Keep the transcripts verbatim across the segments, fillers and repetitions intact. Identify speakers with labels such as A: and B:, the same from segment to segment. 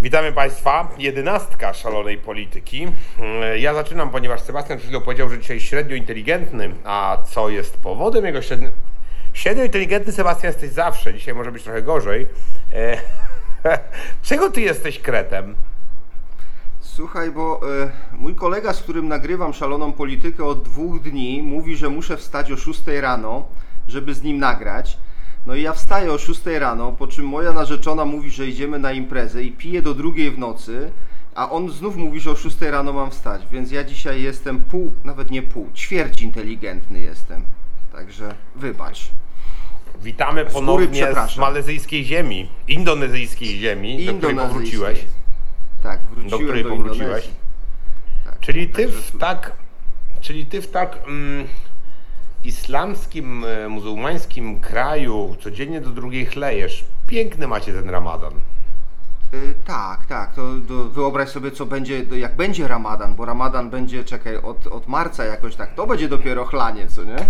A: Witamy Państwa, jedenastka szalonej polityki. Ja zaczynam, ponieważ Sebastian przed chwilą powiedział, że dzisiaj średnio inteligentny, a co jest powodem jego średnio... Średnio inteligentny, Sebastian, jesteś zawsze, dzisiaj może być trochę gorzej. Czego ty jesteś kretem?
B: Słuchaj, bo y, mój kolega, z którym nagrywam szaloną politykę od dwóch dni, mówi, że muszę wstać o szóstej rano, żeby z nim nagrać. No i ja wstaję o szóstej rano, po czym moja narzeczona mówi, że idziemy na imprezę i piję do drugiej w nocy, a on znów mówi, że o szóstej rano mam wstać, więc ja dzisiaj jestem pół, nawet nie pół, ćwierć inteligentny jestem. Także wybacz.
A: Witamy ponownie z malezyjskiej ziemi, indonezyjskiej ziemi, do której powróciłeś.
B: Tak, wróciłem
A: do której
B: do
A: powróciłeś.
B: Tak,
A: czyli, ty
B: także...
A: w tak, czyli ty w tak mm, islamskim, muzułmańskim kraju codziennie do drugiej chlejesz. Piękny macie ten Ramadan.
B: Yy, tak, tak. To, to wyobraź sobie, co będzie, jak będzie Ramadan, bo Ramadan będzie, czekaj, od, od marca jakoś tak. To będzie dopiero chlanie, co nie?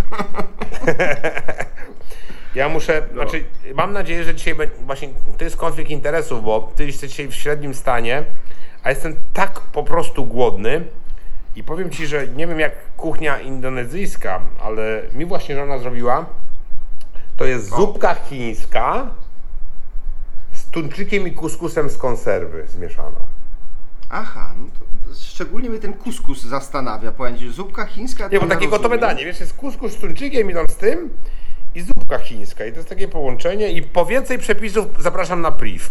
A: Ja muszę, no. znaczy mam nadzieję, że dzisiaj właśnie to jest konflikt interesów, bo ty jesteś dzisiaj w średnim stanie, a jestem tak po prostu głodny i powiem ci, że nie wiem jak kuchnia indonezyjska, ale mi właśnie żona zrobiła, to jest o. zupka chińska z tuńczykiem i kuskusem z konserwy zmieszana.
B: Aha, no to szczególnie mnie ten kuskus zastanawia, powiem ci, zupka chińska...
A: Nie, bo takie gotowe danie, wiesz, jest kuskus z tuńczykiem i tam z tym i zupka chińska i to jest takie połączenie i po więcej przepisów zapraszam na priv.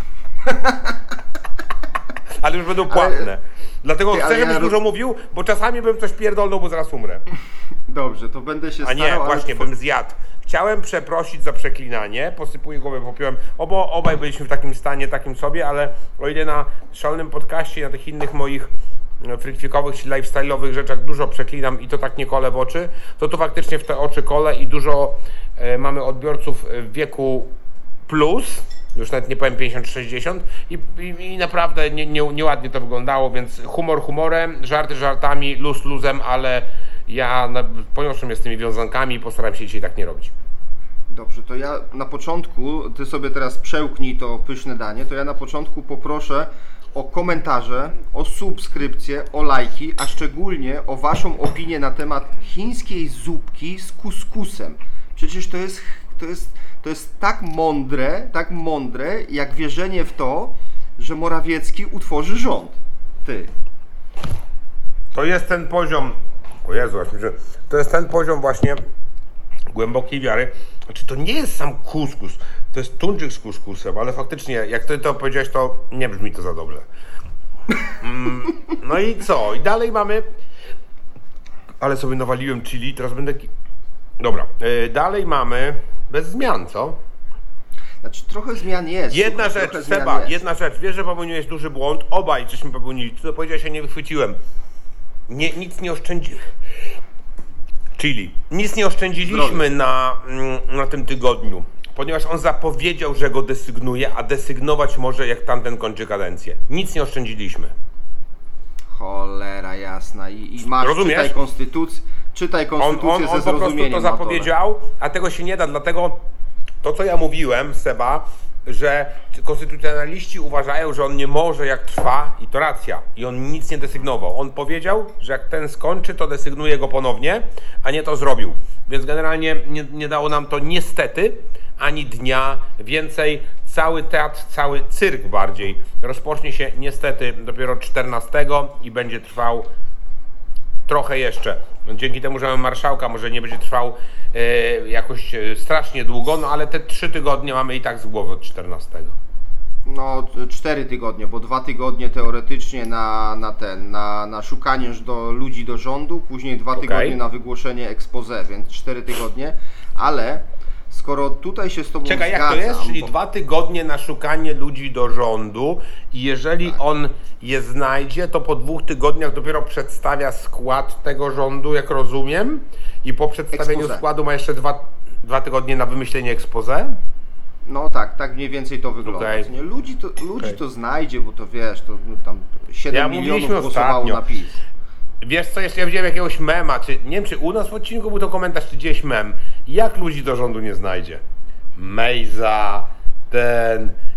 A: Ale już będą płatne. Ale, Dlatego ty, chcę, żebyś ja... dużo mówił, bo czasami bym coś pierdolnął, bo zaraz umrę.
B: Dobrze, to będę się starał.
A: A nie, właśnie, ale... bym zjadł. Chciałem przeprosić za przeklinanie, posypuję głowę popiołem, obo, obaj byliśmy w takim stanie, takim sobie, ale o ile na szalonym podcaście i na tych innych moich frikfikowych czy lifestyle'owych rzeczach dużo przeklinam i to tak nie kole w oczy, to tu faktycznie w te oczy kole i dużo e, mamy odbiorców w wieku plus, już nawet nie powiem pięćdziesiąt sześćdziesiąt i, i, i naprawdę nie, nie, nieładnie to wyglądało, więc humor humorem, żarty żartami, luz luzem, ale ja na, poniosłem je z tymi wiązankami i postaram się dzisiaj tak nie robić.
B: Dobrze, to ja na początku, ty sobie teraz przełknij to pyszne danie, to ja na początku poproszę o komentarze, o subskrypcje, o lajki, a szczególnie o waszą opinię na temat chińskiej zupki z kuskusem. Przecież to jest, to jest, to jest tak mądre, tak mądre, jak wierzenie w to, że Morawiecki utworzy rząd. Ty.
A: To jest ten poziom, o Jezu, to jest ten poziom właśnie głębokiej wiary. Znaczy to nie jest sam kuskus, to jest tuńczyk z kuskusem, ale faktycznie, jak ty to powiedziałeś, to nie brzmi to za dobrze. Mm, no i co? I dalej mamy... Ale sobie nawaliłem chili, teraz będę... Dobra, yy, dalej mamy bez zmian, co?
B: Znaczy trochę zmian jest.
A: Jedna
B: słuchaj,
A: rzecz, Seba, jedna rzecz. Wiesz, że popełniłeś duży błąd? Obaj żeśmy popełnili. Ty to powiedziałeś, ja nie wychwyciłem. Nie, nic nie oszczędzi... Chili. Nic nie oszczędziliśmy na, na tym tygodniu, ponieważ on zapowiedział, że go desygnuje, a desygnować może jak tamten kończy kadencję. Nic nie oszczędziliśmy.
B: Cholera jasna. I, i masz,
A: Rozumiesz?
B: czytaj konstytucję, czytaj konstytucję
A: on, on, on
B: ze
A: po prostu to zapowiedział, a tego się nie da, dlatego to, co ja mówiłem, Seba, że konstytucjonaliści uważają, że on nie może jak trwa i to racja. I on nic nie desygnował. On powiedział, że jak ten skończy, to desygnuje go ponownie, a nie to zrobił. Więc generalnie nie, nie dało nam to niestety ani dnia więcej. Cały teatr, cały cyrk bardziej rozpocznie się niestety dopiero czternastego i będzie trwał trochę jeszcze. Dzięki temu, że mamy marszałka, może nie będzie trwał e, jakoś e, strasznie długo, no ale te trzy tygodnie mamy i tak z głowy od czternastego.
B: No, cztery tygodnie, bo dwa tygodnie teoretycznie na, na ten, na, na szukanie do ludzi do rządu, później dwa tygodnie okay. na wygłoszenie expose, więc cztery tygodnie, ale skoro tutaj się z tobą
A: Czekaj,
B: zgadzam...
A: jak to jest? Czyli
B: bo...
A: dwa tygodnie na szukanie ludzi do rządu i jeżeli tak. on je znajdzie, to po dwóch tygodniach dopiero przedstawia skład tego rządu, jak rozumiem, i po przedstawieniu expose. składu ma jeszcze dwa, dwa tygodnie na wymyślenie expose?
B: No tak, tak mniej więcej to wygląda. Okay. Nie, ludzi to, ludzi okay. to znajdzie, bo to wiesz, to no, tam siedem
A: ja
B: milionów głosowało na PiS.
A: Wiesz co, jeszcze ja widziałem jakiegoś mema, czy nie wiem czy u nas w odcinku był to komentarz, czy gdzieś mem. Jak ludzi do rządu nie znajdzie? Mejza, ten,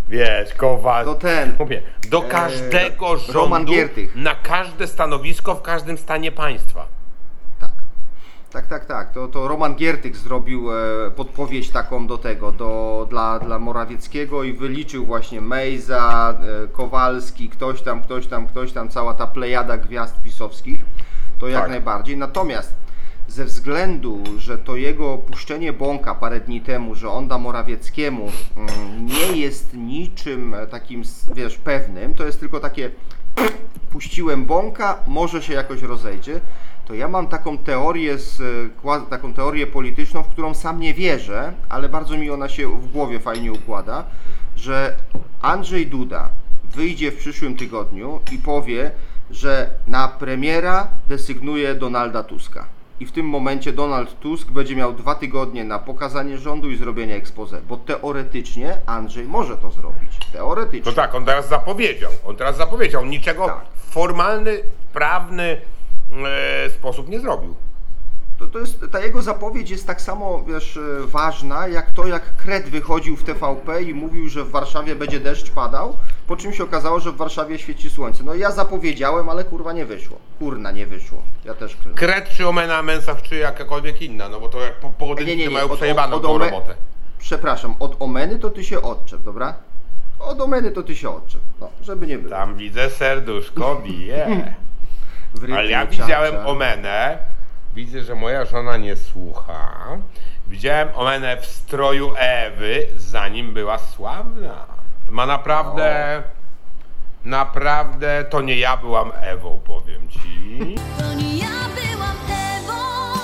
A: Wiesz, Kowal.
B: To ten.
A: Mówię, do każdego
B: e, Roman
A: rządu,
B: Giertych.
A: na każde stanowisko w każdym stanie państwa.
B: Tak. Tak, tak, tak. To, to Roman Giertych zrobił e, podpowiedź taką do tego, do, dla, dla Morawieckiego i wyliczył właśnie Mejza, e, Kowalski, ktoś tam, ktoś tam, ktoś tam, cała ta plejada gwiazd pisowskich. To jak
A: Tak.
B: najbardziej. Natomiast ze względu, że to jego puszczenie bąka parę dni temu, że on da Morawieckiemu mm, nie jest niczym takim, wiesz, pewnym, to jest tylko takie puściłem bąka, może się jakoś rozejdzie, to ja mam taką teorię, z, taką teorię polityczną, w którą sam nie wierzę, ale bardzo mi ona się w głowie fajnie układa, że Andrzej Duda wyjdzie w przyszłym tygodniu i powie, że na premiera desygnuje Donalda Tuska. I w tym momencie Donald Tusk będzie miał dwa tygodnie na pokazanie rządu i zrobienie expose, bo teoretycznie Andrzej może to zrobić. Teoretycznie.
A: No tak, on teraz zapowiedział. On teraz zapowiedział. Niczego
B: Tak.
A: w formalny, prawny e, sposób nie zrobił.
B: To, to jest, ta jego zapowiedź jest tak samo, wiesz, ważna, jak to, jak Kret wychodził w T V P i mówił, że w Warszawie będzie deszcz padał, po czym się okazało, że w Warszawie świeci słońce. No ja zapowiedziałem, ale kurwa nie wyszło. Kurna nie wyszło. Ja też klnę.
A: Kret czy Omena Mensah czy jakakolwiek inna, no bo to jak po- pogodynki mają przejebaną tą
B: Ome-
A: robotę.
B: Przepraszam, od Omeny to ty się odczep, dobra? Od Omeny to ty się odczep, no, żeby nie było.
A: Tam widzę serduszko bije.
B: W rytmie
A: Ale ja
B: cza,
A: widziałem
B: cza.
A: Omenę, widzę, że moja żona nie słucha. Widziałem Omenę w stroju Ewy, zanim była sławna. Ma naprawdę, naprawdę, to nie ja byłam Ewą, powiem ci.
C: To nie ja byłam Ewą.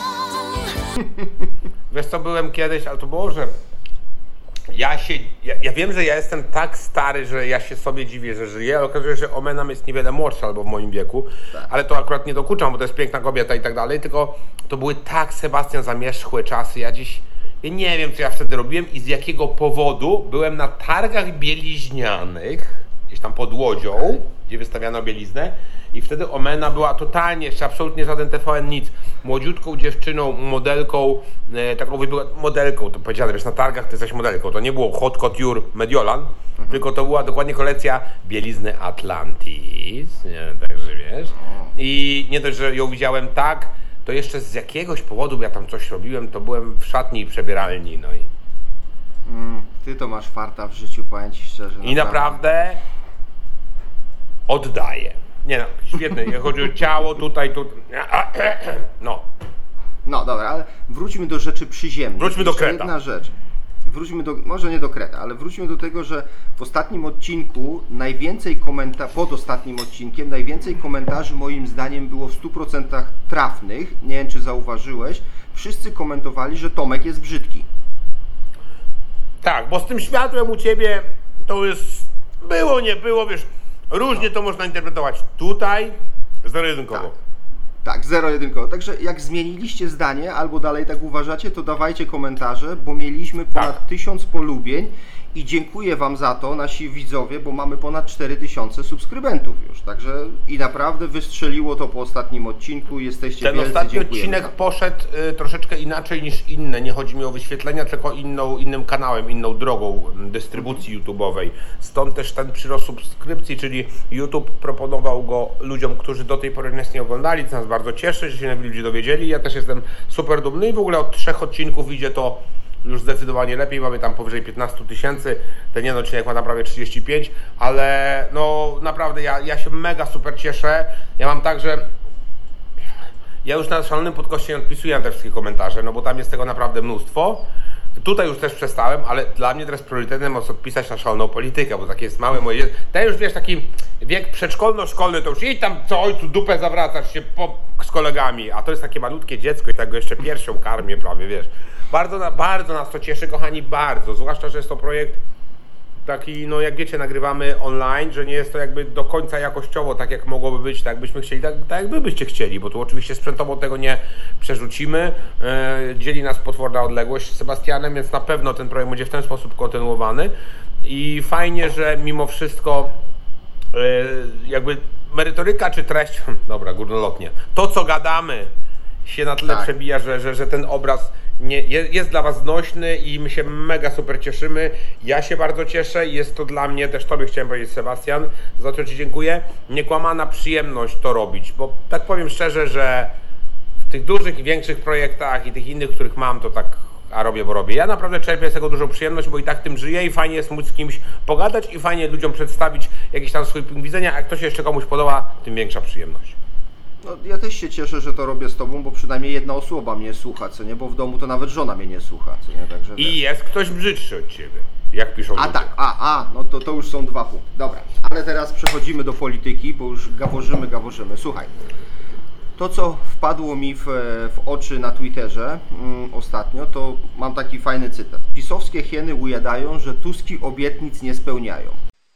A: Wiesz co, byłem kiedyś, ale to było, że ja się, ja, ja wiem, że ja jestem tak stary, że ja się sobie dziwię, że żyję, ale okazuje się, że Omena jest niewiele młodsza albo w moim wieku,
B: Tak.
A: ale to akurat nie dokuczam, bo to jest piękna kobieta i tak dalej, tylko to były tak, Sebastian, zamierzchłe czasy, ja dziś, ja nie wiem, co ja wtedy robiłem i z jakiego powodu byłem na targach bieliźnianych, gdzieś tam pod Łodzią, gdzie wystawiano bieliznę i wtedy Omena była totalnie, jeszcze absolutnie żaden T V N, nic, młodziutką dziewczyną, modelką, e, taką była modelką, to powiedziane, wiesz, na targach ty jesteś modelką, to nie było Hot Couture Mediolan, tylko to była dokładnie kolekcja bielizny Atlantis, nie, także wiesz, i nie dość, że ją widziałem tak, to jeszcze z jakiegoś powodu, bo ja tam coś robiłem, to byłem w szatni i przebieralni, no i,
B: Mm, ty to masz farta w życiu, powiem ci szczerze.
A: i naprawdę oddaję. Nie no, świetne, jak chodzi o ciało, tutaj, tu, no.
B: No dobra, ale wróćmy do rzeczy przyziemnych.
A: Wróćmy do
B: Jeszcze
A: Kreta.
B: Jedna rzecz. Wróćmy do, może nie do Kreta, ale wróćmy do tego, że w ostatnim odcinku najwięcej komentarzy, pod ostatnim odcinkiem najwięcej komentarzy moim zdaniem było w stu procentach trafnych. Nie wiem, czy zauważyłeś. Wszyscy komentowali, że Tomek jest brzydki.
A: Tak, bo z tym światłem u ciebie to jest, było, nie było, wiesz, różnie to można interpretować. Tutaj zero-jedynkowo.
B: Tak. Tak, zero-jedynkowo. Także jak zmieniliście zdanie albo dalej tak uważacie, to dawajcie komentarze, bo mieliśmy ponad
A: Tak.
B: tysiąc polubień i dziękuję Wam za to, nasi widzowie, bo mamy ponad cztery tysiące subskrybentów już. Także i naprawdę wystrzeliło to po ostatnim odcinku. Jesteście
A: Ten
B: wielcy,
A: ostatni
B: dziękujemy
A: odcinek
B: za to.
A: poszedł y, troszeczkę inaczej niż inne. Nie chodzi mi o wyświetlenia, tylko inną, innym kanałem, inną drogą dystrybucji YouTube'owej. Stąd też ten przyrost subskrypcji, czyli YouTube proponował go ludziom, którzy do tej pory nas nie oglądali, co nas bardzo cieszy, że się nowi ludzie dowiedzieli. Ja też jestem super dumny i w ogóle od trzech odcinków idzie to już zdecydowanie lepiej, mamy tam powyżej piętnaście tysięcy, ten jeden odcinek ma tam prawie trzydzieści pięć, ale no naprawdę ja, ja się mega super cieszę. Ja mam tak, że ja już na Szalonym Podcaście nie odpisuję na te wszystkie komentarze, no bo tam jest tego naprawdę mnóstwo. Tutaj już też przestałem, ale dla mnie teraz priorytetem jest odpisać na Szaloną Politykę, bo takie jest małe moje... Ten już wiesz, taki wiek przedszkolno-szkolny, to już idź tam co ojcu dupę zawracasz się po, z kolegami, a to jest takie malutkie dziecko i tak go jeszcze piersią karmię prawie, wiesz. Bardzo, na, bardzo nas to cieszy, kochani, bardzo, zwłaszcza, że jest to projekt taki, no jak wiecie, nagrywamy online, że nie jest to jakby do końca jakościowo tak, jak mogłoby być, tak byśmy chcieli, tak, tak jak wy byście chcieli, bo tu oczywiście sprzętowo tego nie przerzucimy. E, dzieli nas potworna odległość z Sebastianem, więc na pewno ten projekt będzie w ten sposób kontynuowany i fajnie, że mimo wszystko e, jakby merytoryka czy treść, dobra, górnolotnie, to co gadamy się na tyle
B: Tak.
A: przebija, że, że, że ten obraz nie, jest, jest dla Was znośny i my się mega super cieszymy. Ja się bardzo cieszę i jest to dla mnie, też Tobie chciałem powiedzieć, Sebastian, za to Ci dziękuję. Niekłamana przyjemność to robić, bo tak powiem szczerze, że w tych dużych i większych projektach i tych innych, których mam, to tak, a robię, bo robię. Ja naprawdę czerpię z tego dużą przyjemność, bo i tak tym żyję i fajnie jest móc z kimś pogadać i fajnie ludziom przedstawić jakiś tam swój punkt widzenia, a jak to się jeszcze komuś podoba, tym większa przyjemność.
B: No, ja też się cieszę, że to robię z Tobą, bo przynajmniej jedna osoba mnie słucha, co nie? Bo w domu to nawet żona mnie nie słucha, co nie? Także
A: I
B: wiesz.
A: jest ktoś brzydszy od Ciebie, jak piszą
B: A
A: ludzie.
B: tak, a, a, no to, to już są dwa punkty. Dobra, ale teraz przechodzimy do polityki, bo już gaworzymy, gaworzymy. Słuchaj, to co wpadło mi w, w oczy na Twitterze mm, ostatnio, to mam taki fajny cytat. Pisowskie hieny ujadają, że Tuski obietnic nie spełniają.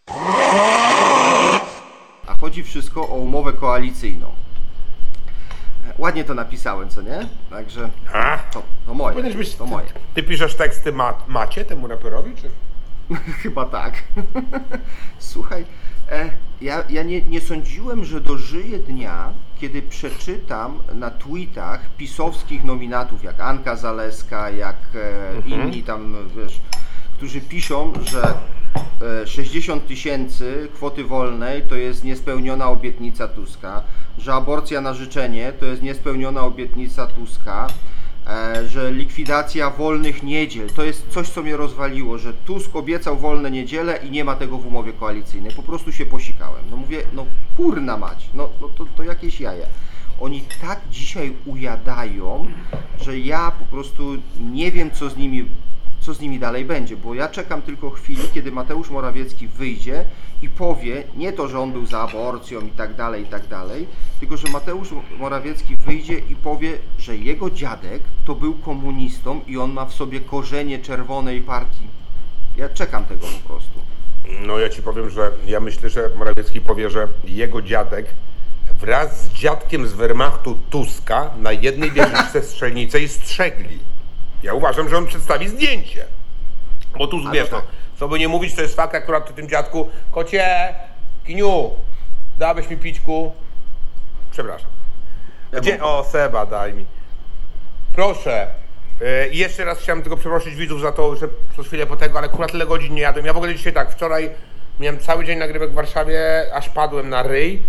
B: A chodzi wszystko o umowę koalicyjną. Ładnie to napisałem, co nie? Także
A: A?
B: to, to moje,
A: Powinieneś być,
B: to moje.
A: ty, ty piszesz teksty ma, Macie, temu raperowi, czy?
B: Chyba tak. Słuchaj, e, ja, ja nie, nie sądziłem, że dożyję dnia, kiedy przeczytam na tweetach pisowskich nominatów, jak Anka Zaleska, jak e,
A: Mhm.
B: inni tam, wiesz, którzy piszą, że e, sześćdziesiąt tysięcy kwoty wolnej to jest niespełniona obietnica Tuska, że aborcja na życzenie to jest niespełniona obietnica Tuska, e, że likwidacja wolnych niedziel to jest coś, co mnie rozwaliło, że Tusk obiecał wolne niedziele i nie ma tego w umowie koalicyjnej. Po prostu się posikałem. No mówię, no kurna mać, no, no to, to jakieś jaje. Oni tak dzisiaj ujadają, że ja po prostu nie wiem, co z nimi co z nimi dalej będzie, bo ja czekam tylko chwili, kiedy Mateusz Morawiecki wyjdzie i powie, nie to, że on był za aborcją i tak dalej, i tak dalej, tylko, że Mateusz Morawiecki wyjdzie i powie, że jego dziadek to był komunistą i on ma w sobie korzenie czerwonej partii. Ja czekam tego po prostu.
A: No ja Ci powiem, że ja myślę, że Morawiecki powie, że jego dziadek wraz z dziadkiem z Wehrmachtu Tuska na jednej wieżyczce strzelniczej strzegli. Ja uważam, że on przedstawi zdjęcie. Bo tu
B: no
A: wiesz, no,
B: tak.
A: co by nie mówić, to jest fakt akurat o tym dziadku. Kocie, Kiniu, dałbyś mi pićku? Przepraszam.
B: Ja
A: Gdzie?
B: mam-
A: O, Seba, daj mi. Proszę. Yy, I jeszcze raz chciałem tylko przeprosić widzów za to, że przez chwilę po tego, ale akurat tyle godzin nie jadłem. Ja w ogóle dzisiaj tak, wczoraj miałem cały dzień nagrywek w Warszawie, aż padłem na ryj.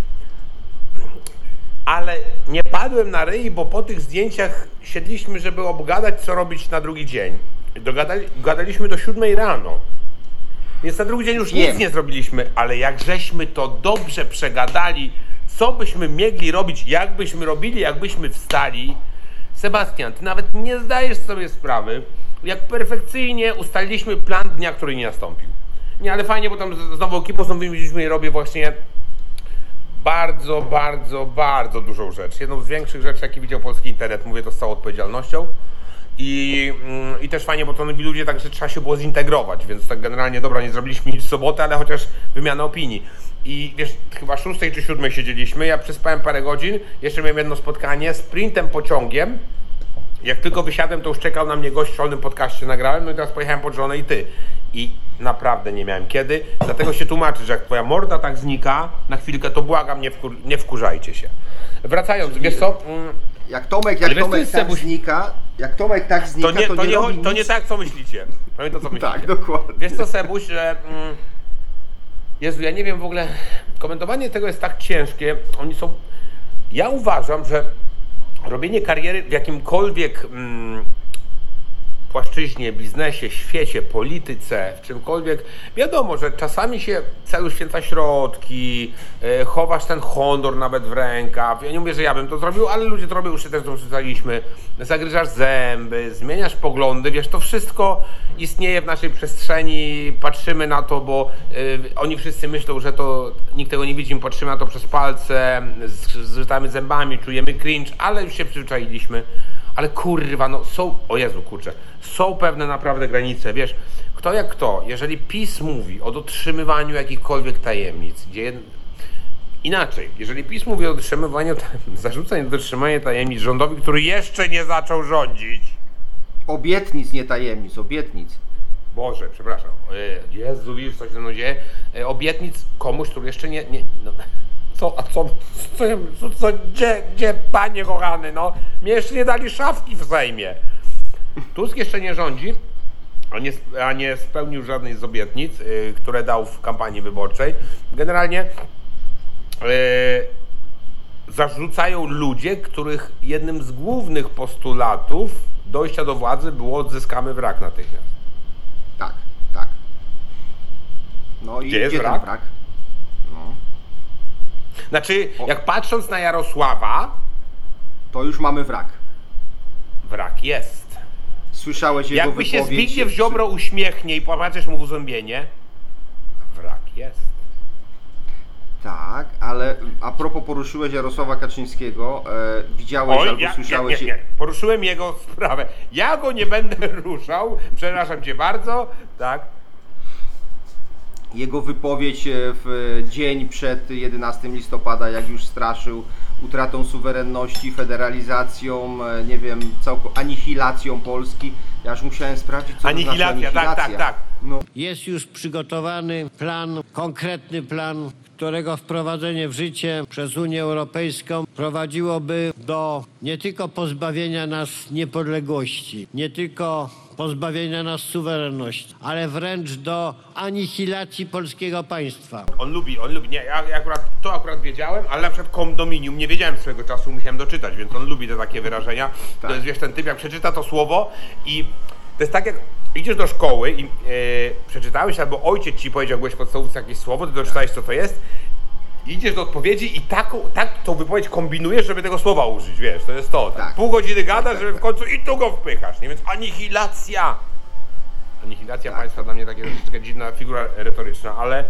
A: Ale nie padłem na ryj, bo po tych zdjęciach siedliśmy, żeby obgadać, co robić na drugi dzień. Dogadali, gadaliśmy do siódmej rano. Więc na drugi dzień już
B: Wiem.
A: nic nie zrobiliśmy, ale jak żeśmy to dobrze przegadali, co byśmy mieli robić, jak byśmy robili, jakbyśmy wstali. Sebastian, ty nawet nie zdajesz sobie sprawy, jak perfekcyjnie ustaliliśmy plan dnia, który nie nastąpił. Nie, ale fajnie, bo tam z- z nową ekipą, z nowymi ludźmi robię właśnie bardzo, bardzo, bardzo dużą rzecz. Jedną z większych rzeczy, jakie widział polski internet, mówię to z całą odpowiedzialnością. I, mm, I też fajnie, bo to nowi ludzie, także trzeba się było zintegrować, więc tak generalnie, dobra, nie zrobiliśmy nic w sobotę, ale chociaż wymiana opinii. I wiesz, chyba szóstej czy siódmej siedzieliśmy, ja przespałem parę godzin, jeszcze miałem jedno spotkanie, sprintem pociągiem. Jak tylko wysiadłem, to już czekał na mnie gość w szkolnym podcaście, nagrałem, no i teraz pojechałem pod żonę i ty. I naprawdę nie miałem kiedy, dlatego się tłumaczy, że jak twoja morda tak znika, na chwilkę, to błagam, nie, wkur nie wkurzajcie się. Wracając, wiesz co, mm,
B: Jak Tomek,
A: Ale
B: jak
A: wiesz, to
B: Tomek
A: jest
B: tak
A: Sebuś-
B: znika, jak Tomek tak znika,
A: to nie, to nie,
B: robi
A: chodzi- to
B: nic.
A: nie tak, co myślicie. To nie to, co myślicie.
B: Tak, dokładnie.
A: Wiesz co, Sebuś, że... Mm, Jezu, ja nie wiem w ogóle, komentowanie tego jest tak ciężkie, oni są... Ja uważam, że robienie kariery w jakimkolwiek mm, płaszczyźnie, biznesie, świecie, polityce, w czymkolwiek, wiadomo, że czasami się celu święca środki, e, chowasz ten honor nawet w rękaw. Ja nie mówię, że ja bym to zrobił, ale ludzie to robią, już się też to przeczytaliśmy. Zagryzasz zęby, zmieniasz poglądy, wiesz, to wszystko istnieje w naszej przestrzeni, patrzymy na to, bo e, oni wszyscy myślą, że to nikt tego nie widzi, my patrzymy na to przez palce, zrzucamy zębami, czujemy cringe, ale już się przyzwyczailiśmy. Ale kurwa, no są, o Jezu, kurczę, są pewne naprawdę granice, wiesz, kto jak kto, jeżeli PiS mówi o dotrzymywaniu jakichkolwiek tajemnic, gdzie jed... inaczej, jeżeli PiS mówi o dotrzymywaniu, zarzuceń do dotrzymania tajemnic rządowi, który jeszcze nie zaczął rządzić,
B: Obietnic, nie tajemnic, obietnic.
A: Boże, przepraszam, e, Jezu, widzisz, coś ze mną dzieje, e, obietnic komuś, który jeszcze nie, nie no. Co, a co, co, co, co gdzie, gdzie, panie kochany, no, mnie jeszcze nie dali szafki w Sejmie. Tusk jeszcze nie rządzi, a nie, a nie spełnił żadnej z obietnic, yy, które dał w kampanii wyborczej. Generalnie yy, zarzucają ludzie, których jednym z głównych postulatów dojścia do władzy było odzyskamy wrak natychmiast.
B: Tak, tak. No i
A: Gdzie jest
B: gdzie
A: wrak?
B: ten wrak? No,
A: Znaczy,
B: O.
A: jak patrząc na Jarosława,
B: to już mamy wrak.
A: wrak jest.
B: Słyszałeś jego
A: Jakby się
B: wypowiedź?
A: Zbigniew Ziobro uśmiechnie i popatrzysz mu w uzębienie, wrak jest.
B: Tak, ale a propos poruszyłeś Jarosława Kaczyńskiego, e, widziałeś
A: Oj,
B: albo
A: ja, nie,
B: słyszałeś...
A: nie, nie. Poruszyłem jego sprawę. Ja go nie będę ruszał, przepraszam cię bardzo, tak.
B: Jego wypowiedź e, w dzień przed jedenastego listopada, jak już straszył utratą suwerenności, federalizacją, e, nie wiem, całko anihilacją Polski. Ja już musiałem sprawdzić, co to znaczy
A: Anihilacja, tak,
B: anihilacja.
A: tak, tak.
B: No,
D: Jest już przygotowany plan, konkretny plan, którego wprowadzenie w życie przez Unię Europejską prowadziłoby do nie tylko pozbawienia nas niepodległości, nie tylko pozbawienia nas suwerenności, ale wręcz do anihilacji polskiego państwa.
A: On lubi, on lubi, nie, ja, ja akurat, to akurat wiedziałem, ale na przykład kondominium nie wiedziałem swego czasu, musiałem doczytać, więc on lubi te takie wyrażenia.
B: Tak.
A: To jest, wiesz, ten typ, jak przeczyta to słowo i to jest tak, jak idziesz do szkoły i e, przeczytałeś, albo ojciec ci powiedział, jak byłeś w podstawówce jakieś słowo, ty doczytałeś, co to jest, idziesz do odpowiedzi i taką, tak tą wypowiedź kombinujesz, żeby tego słowa użyć, wiesz, to jest to. Tak.
B: Tak.
A: Pół godziny gadasz, żeby w końcu i tu go wpychasz, nie? Więc anihilacja. Anihilacja
B: Tak.
A: państwa dla mnie takie troszeczkę dziwna figura retoryczna, ale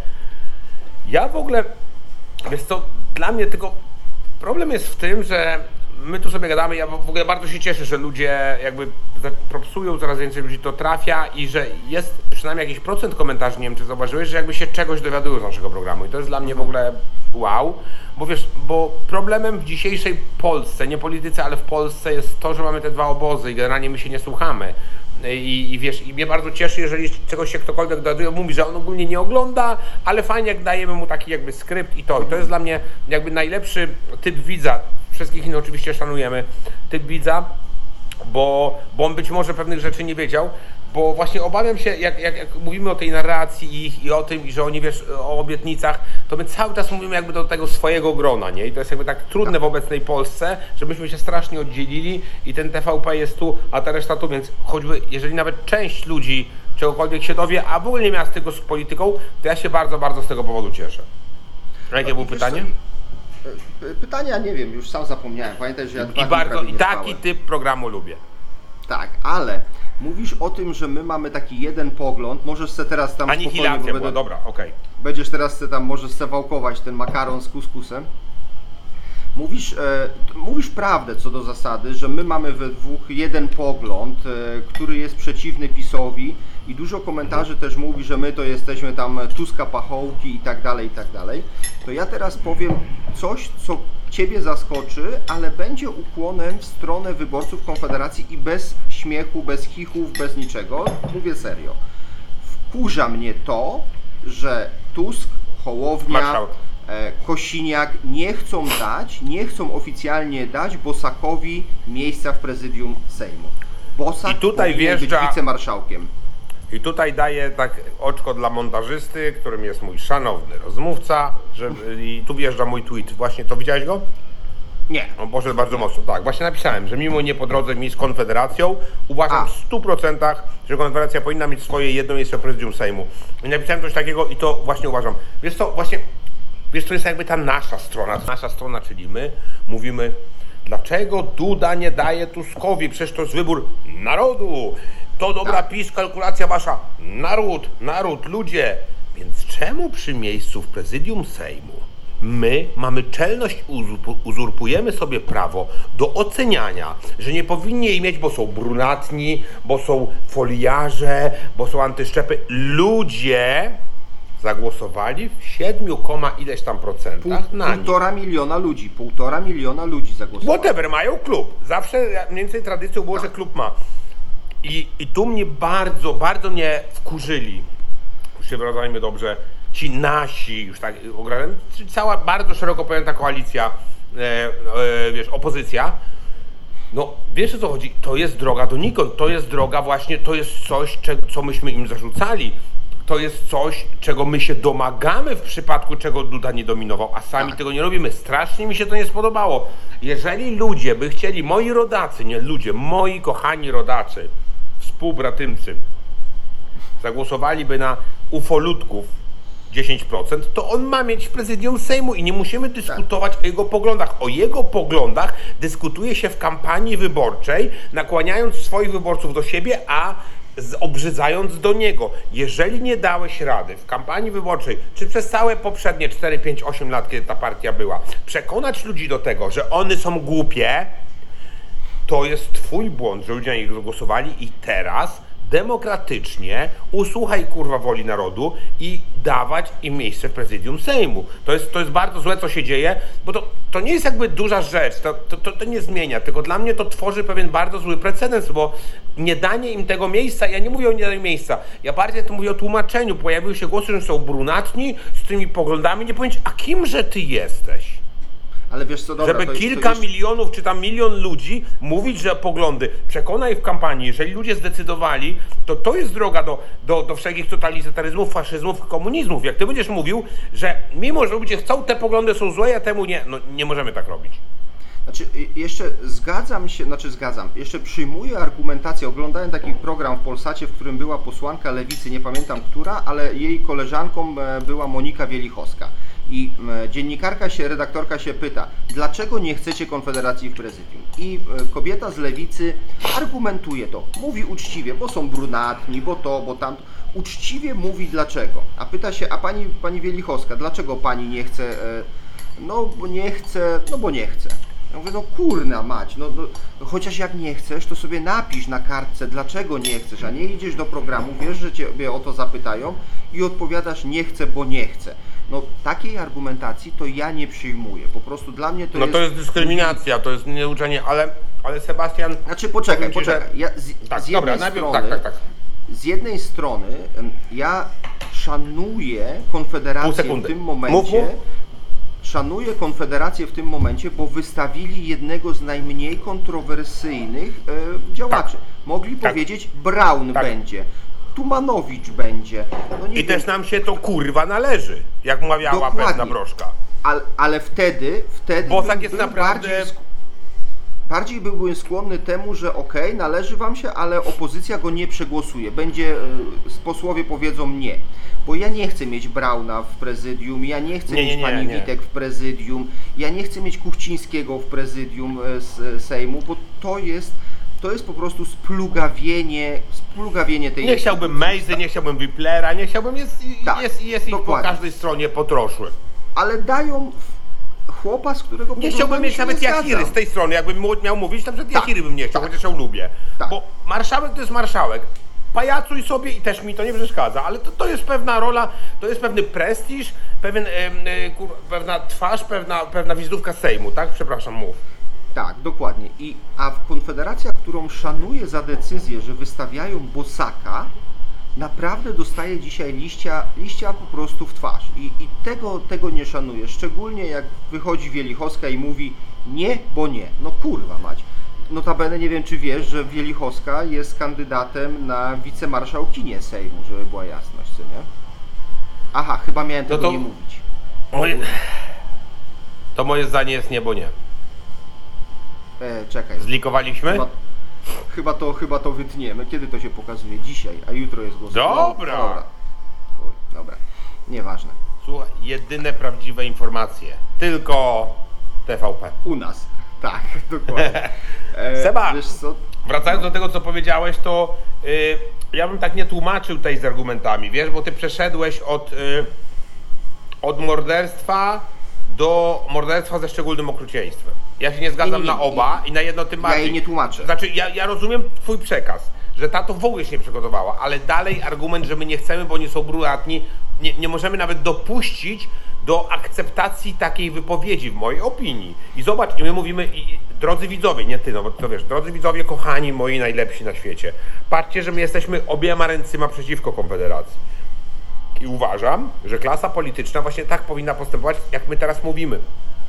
A: ja w ogóle, wiesz co, dla mnie tylko problem jest w tym, że my tu sobie gadamy, ja w ogóle bardzo się cieszę, że ludzie jakby propsują, coraz więcej ludzi to trafia i że jest przynajmniej jakiś procent komentarzy, nie wiem czy zauważyłeś, że jakby się czegoś dowiadują z naszego programu i to jest dla mnie w ogóle wow, bo wiesz, bo problemem w dzisiejszej Polsce, nie polityce, ale w Polsce jest to, że mamy te dwa obozy i generalnie my się nie słuchamy. I, I wiesz, i mnie bardzo cieszy, jeżeli czegoś się ktokolwiek dowiaduje, mówi, że on ogólnie nie ogląda, ale fajnie jak dajemy mu taki jakby skrypt i to. I to jest dla mnie jakby najlepszy typ widza. Wszystkich innych oczywiście szanujemy. Typ widza, bo, bo on być może pewnych rzeczy nie wiedział, bo właśnie obawiam się, jak, jak, jak mówimy o tej narracji ich i o tym, i że oni wiesz, o obietnicach, to my cały czas mówimy jakby do tego swojego grona, nie? I to jest jakby tak trudne w obecnej Polsce, żebyśmy się strasznie oddzielili i ten T V P jest tu, a ta reszta tu, więc choćby, jeżeli nawet część ludzi czegokolwiek się dowie, a w ogóle nie miała z tego z polityką, to ja się bardzo, bardzo z tego powodu cieszę. A jakie było
B: wiesz
A: pytanie?
B: co, e, Pytania nie wiem, już sam zapomniałem. Pamiętaj, że ja dwa
A: I
B: dni
A: bardzo,
B: prawie
A: i
B: nie
A: taki
B: spałem.
A: typ programu lubię.
B: Tak, ale mówisz o tym, że my mamy taki jeden pogląd, możesz se teraz tam spokojnie,
A: Anihilacja
B: bo
A: była,
B: będę,
A: dobra, okej.
B: będziesz teraz se tam, możesz se wałkować ten makaron z kuskusem. Mówisz, e, mówisz prawdę co do zasady, że my mamy we dwóch jeden pogląd, e, który jest przeciwny PiS-owi i dużo komentarzy też mówi, że my to jesteśmy tam Tuska pachołki i tak dalej, i tak dalej. To ja teraz powiem coś, co Ciebie zaskoczy, ale będzie ukłonem w stronę wyborców Konfederacji i bez śmiechu, bez chichów, bez niczego. Mówię serio. Wkurza mnie to, że Tusk, Hołownia,
A: Marszałek.
B: e, Kosiniak nie chcą dać, nie chcą oficjalnie dać Bosakowi miejsca w prezydium Sejmu. Bosak
A: I tutaj
B: powinien
A: wjeżdża-
B: być wicemarszałkiem.
A: I tutaj daję tak oczko dla montażysty, którym jest mój szanowny rozmówca, że, i tu wjeżdża mój tweet. Właśnie to widziałeś go?
B: Nie.
A: On poszedł bardzo mocno. Tak, właśnie napisałem, że mimo nie po drodze mi z Konfederacją, uważam
B: A.
A: w stu procentach, że Konfederacja powinna mieć swoje jedno miejsce w prezydium Sejmu. I napisałem coś takiego i to właśnie uważam. Wiesz co, właśnie, wiesz, to jest jakby ta nasza strona. Nasza strona, czyli my mówimy, dlaczego Duda nie daje Tuskowi? Przecież to jest wybór narodu. To dobra
B: Tak.
A: PiS, kalkulacja wasza. Naród, naród, ludzie. Więc czemu przy miejscu w prezydium Sejmu my mamy czelność, uzurpu- uzurpujemy sobie prawo do oceniania, że nie powinni jej mieć, bo są brunatni, bo są foliarze, bo są antyszczepy. Ludzie zagłosowali w siedmiu koma ileś tam procentach
B: Pół,
A: na nich.
B: półtora miliona ludzi, półtora miliona ludzi zagłosowało.
A: Whatever, mają klub. Zawsze mniej więcej tradycją było, że klub ma. I, I tu mnie bardzo, bardzo mnie wkurzyli, już się wyrażajmy dobrze, ci nasi, już tak ogranem, cała bardzo szeroko pojęta koalicja, e, e, wiesz, opozycja, No, wiesz o co chodzi? To jest droga donikąd, to jest droga właśnie, to jest coś, czego, co myśmy im zarzucali. To jest coś, czego my się domagamy w przypadku, czego Duda nie dominował, a sami
B: Tak.
A: tego nie robimy. Strasznie mi się to nie spodobało. Jeżeli ludzie by chcieli, moi rodacy, nie ludzie, moi kochani rodacy, współbratymcy, zagłosowaliby na ufolutków dziesięć procent, to on ma mieć w prezydium Sejmu i nie musimy dyskutować o jego poglądach. O jego poglądach dyskutuje się w kampanii wyborczej, nakłaniając swoich wyborców do siebie, a z- obrzydzając do niego. Jeżeli nie dałeś rady w kampanii wyborczej, czy przez całe poprzednie cztery, pięć, osiem lat, kiedy ta partia była, przekonać ludzi do tego, że one są głupie, to jest twój błąd, że ludzie na nich głosowali i teraz demokratycznie usłuchaj kurwa woli narodu i dawać im miejsce w prezydium Sejmu. To jest, to jest bardzo złe, co się dzieje, bo to, to nie jest jakby duża rzecz, to, to, to, to nie zmienia, tylko dla mnie to tworzy pewien bardzo zły precedens, bo nie danie im tego miejsca, ja nie mówię o nie daniu miejsca, ja bardziej to mówię o tłumaczeniu. Pojawiły się głosy, że są brunatni, z tymi poglądami, nie powiedzieć, a kimże ty jesteś?
B: Ale wiesz co, dobra,
A: Żeby
B: to,
A: kilka
B: to jeszcze...
A: milionów czy tam milion ludzi mówić, że poglądy, przekonaj w kampanii, jeżeli ludzie zdecydowali, to to jest droga do, do, do wszelkich totalitaryzmów, faszyzmów, komunizmów. Jak ty będziesz mówił, że mimo, że ludzie chcą, te poglądy są złe, a temu nie, no nie możemy tak robić.
B: Znaczy, y- jeszcze zgadzam się, znaczy zgadzam, jeszcze przyjmuję argumentację, oglądałem taki program w Polsacie, w którym była posłanka Lewicy, nie pamiętam która, ale jej koleżanką e, była Monika Wielichowska. I e, dziennikarka się, redaktorka się pyta, dlaczego nie chcecie Konfederacji w prezydium? I e, kobieta z Lewicy argumentuje to, mówi uczciwie, bo są brunatni, bo to, bo tamto. Uczciwie mówi dlaczego. A pyta się, a pani, pani Wielichowska, dlaczego pani nie chce, e, no bo nie chce, no bo nie chce. Ja mówię, no kurna mać, no, no chociaż jak nie chcesz, to sobie napisz na kartce, dlaczego nie chcesz, a nie idziesz do programu, wiesz, że ciebie o to zapytają i odpowiadasz nie chcę, bo nie chcę. No takiej argumentacji to ja nie przyjmuję, po prostu dla mnie to
A: No
B: jest...
A: to jest dyskryminacja, to jest nieuczenie, ale, ale Sebastian...
B: Znaczy poczekaj,
A: powiem ci, że-
B: poczekaj, ja z,
A: Tak,
B: z jednej
A: dobra, najpierw
B: strony...
A: tak, tak, tak.
B: Z jednej strony em, ja szanuję
A: Pół
B: Konfederację w
A: sekundy.
B: tym momencie,
A: Mów, mów.
B: szanuję Konfederację w tym momencie, bo wystawili jednego z najmniej kontrowersyjnych e, działaczy.
A: Tak.
B: Mogli
A: Tak.
B: powiedzieć Braun
A: Tak.
B: będzie, Tumanowicz będzie. No nie
A: I
B: wiem,
A: też nam się to kurwa należy, jak mawiała
B: Dokładnie.
A: pewna broszka.
B: ale, ale wtedy, wtedy
A: Bosak
B: bym
A: jest
B: był
A: naprawdę-
B: bardziej, sk- bardziej byłbym skłonny temu, że okej, należy wam się, ale opozycja go nie przegłosuje. Będzie, e, posłowie powiedzą nie. Bo ja nie chcę mieć Brauna w prezydium, ja nie chcę
A: Nie, nie,
B: mieć
A: nie,
B: pani
A: nie.
B: Witek w prezydium, ja nie chcę mieć Kuchcińskiego w prezydium e, z e, Sejmu, bo to jest, to jest po prostu splugawienie, splugawienie tej
A: Nie chciałbym Mejzy, nie chciałbym Wiplera, nie chciałbym, jest,
B: Tak,
A: jest, jest ich po
B: dokładnie.
A: każdej stronie potroszły.
B: Ale dają w- chłopa, z którego
A: Nie chciałbym
B: poglądami
A: mieć
B: się
A: nawet
B: nie
A: Jachiry
B: zgadzam.
A: z tej strony, jakbym mu- miał mówić, na przykład
B: Tak,
A: Jachiry bym nie chciał,
B: tak.
A: chociaż ją lubię.
B: Tak.
A: Bo marszałek to jest marszałek. Pajacuj sobie i też mi to nie przeszkadza, ale to, to jest pewna rola, to jest pewny prestiż, pewien, em, e, kur, pewna twarz, pewna, pewna wizytówka Sejmu, tak? Przepraszam, mów.
B: Tak, dokładnie. I, a w Konfederacja, którą szanuję za decyzję, że wystawiają Bosaka, naprawdę dostaje dzisiaj liścia, liścia po prostu w twarz. I, i tego, tego nie szanuję. Szczególnie jak wychodzi Wielichowska i mówi nie, bo nie. No kurwa mać. Notabene nie wiem, czy wiesz, że Wielichowska jest kandydatem na wicemarszałkinię Sejmu, żeby była jasność, co nie? Aha, chyba miałem
A: No
B: tego
A: to-
B: nie mówić.
A: Moje, to moje zdanie jest nie, bo nie.
B: E, czekaj.
A: Zlikowaliśmy?
B: Chyba, chyba, to, chyba to wytniemy. Kiedy to się pokazuje? Dzisiaj, a jutro jest głosowanie.
A: Dobra.
B: No, dobra. Chuj, dobra. Nieważne.
A: Słuchaj, jedyne prawdziwe informacje. Tylko T V P.
B: U nas. Tak, dokładnie. E,
A: Seba.
B: Wiesz co?
A: Wracając do tego, co powiedziałeś, to y, ja bym tak nie tłumaczył tej z argumentami, wiesz, bo ty przeszedłeś od, y, od morderstwa do morderstwa ze szczególnym okrucieństwem. Ja się nie zgadzam
B: Nie, nie, nie,
A: na oba i na jedno tym
B: Ja
A: bardziej.
B: jej nie tłumaczę.
A: Znaczy, ja, ja rozumiem twój przekaz, że ta to w ogóle się nie przygotowała, ale dalej argument, że my nie chcemy, bo oni są brunatni, nie, nie możemy nawet dopuścić do akceptacji takiej wypowiedzi, w mojej opinii. I zobacz, i my mówimy, i, drodzy widzowie, nie ty, no bo to wiesz, drodzy widzowie, kochani moi, najlepsi na świecie, patrzcie, że my jesteśmy obiema ręcyma przeciwko Konfederacji. I uważam, że klasa polityczna właśnie tak powinna postępować, jak my teraz mówimy.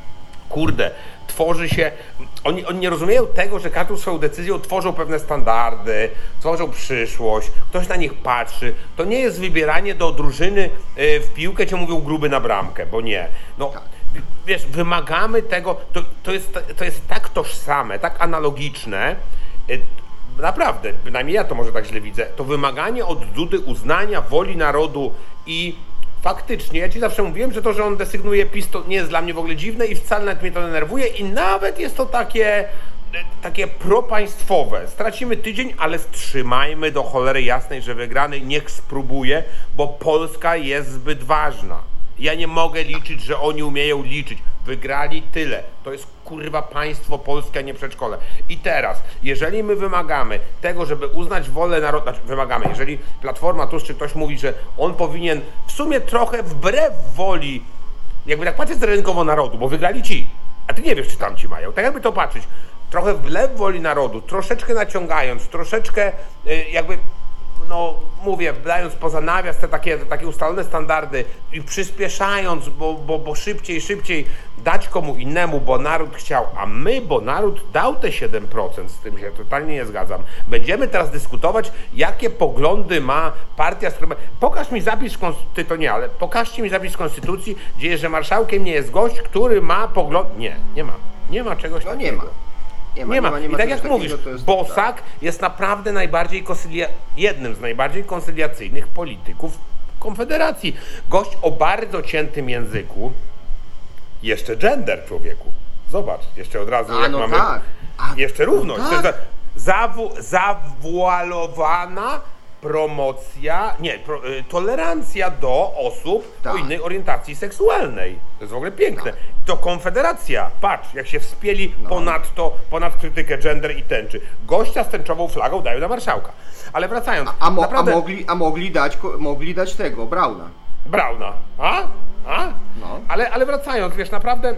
A: kurde, tworzy się, oni, oni nie rozumieją tego, że każdą swoją decyzją tworzą pewne standardy, tworzą przyszłość, ktoś na nich patrzy. To nie jest wybieranie do drużyny y, w piłkę, cię mówią gruby na bramkę, bo nie. No, wiesz, wymagamy tego, to, to, jest, to jest tak tożsame, tak analogiczne, y, naprawdę, bynajmniej ja to może tak źle widzę, to wymaganie od Dudy uznania woli narodu i faktycznie, ja ci zawsze mówiłem, że to, że on desygnuje PiS, to nie jest dla mnie w ogóle dziwne i wcale nawet mnie to denerwuje i nawet jest to takie, takie propaństwowe. Stracimy tydzień, ale wstrzymajmy do cholery jasnej, że wygrany niech spróbuje, bo Polska jest zbyt ważna. Ja nie mogę liczyć, że oni umieją liczyć. Wygrali tyle. To jest kurwa państwo polskie, a nie przedszkole. I teraz, jeżeli my wymagamy tego, żeby uznać wolę narodu, znaczy wymagamy, jeżeli Platforma Tusk czy ktoś mówi, że on powinien w sumie trochę wbrew woli, jakby tak patrzeć rynkowo narodu, bo wygrali ci, a ty nie wiesz, czy tam ci mają. Tak jakby to patrzeć, trochę wbrew woli narodu, troszeczkę naciągając, troszeczkę yy, jakby no mówię, dając poza nawias te takie, te takie ustalone standardy i przyspieszając, bo, bo, bo szybciej, szybciej dać komu innemu, bo naród chciał, a my, bo naród dał te siedem procent, z tym się totalnie nie zgadzam. Będziemy teraz dyskutować, jakie poglądy ma partia, z którą... Pokaż mi zapis, ty to nie, ale pokażcie mi zapis Konstytucji, gdzie jest, że marszałkiem nie jest gość, który ma pogląd... Nie, nie ma. Nie ma czegoś
B: No
A: takiego.
B: nie ma. Nie ma,
A: Nie ma.
B: nie ma, nie ma
A: I tak
B: czegoś
A: jak mówisz,
B: takiego, to jest-
A: Bosak
B: tak.
A: jest naprawdę najbardziej konsylia... jednym z najbardziej konsyliacyjnych polityków Konfederacji. Gość o bardzo ciętym języku, jeszcze gender, człowieku. Zobacz, jeszcze od razu
B: A,
A: jak
B: no
A: mamy...
B: tak. A,
A: Jeszcze równość.
B: no
A: To jest
B: tak.
A: zawu... zawualowana promocja, nie, pro... y, tolerancja do osób
B: Tak.
A: o innej orientacji seksualnej. To jest w ogóle piękne. To Konfederacja, patrz, jak się wspięli
B: No.
A: ponad to, ponad krytykę gender i tęczy. Gościa z tęczową flagą dają na marszałka. Ale wracając,
B: A, mo,
A: naprawdę...
B: a, mogli, a mogli, dać, ko- mogli dać tego, Brauna.
A: Brauna, a? A?
B: No.
A: Ale, ale wracając, wiesz, naprawdę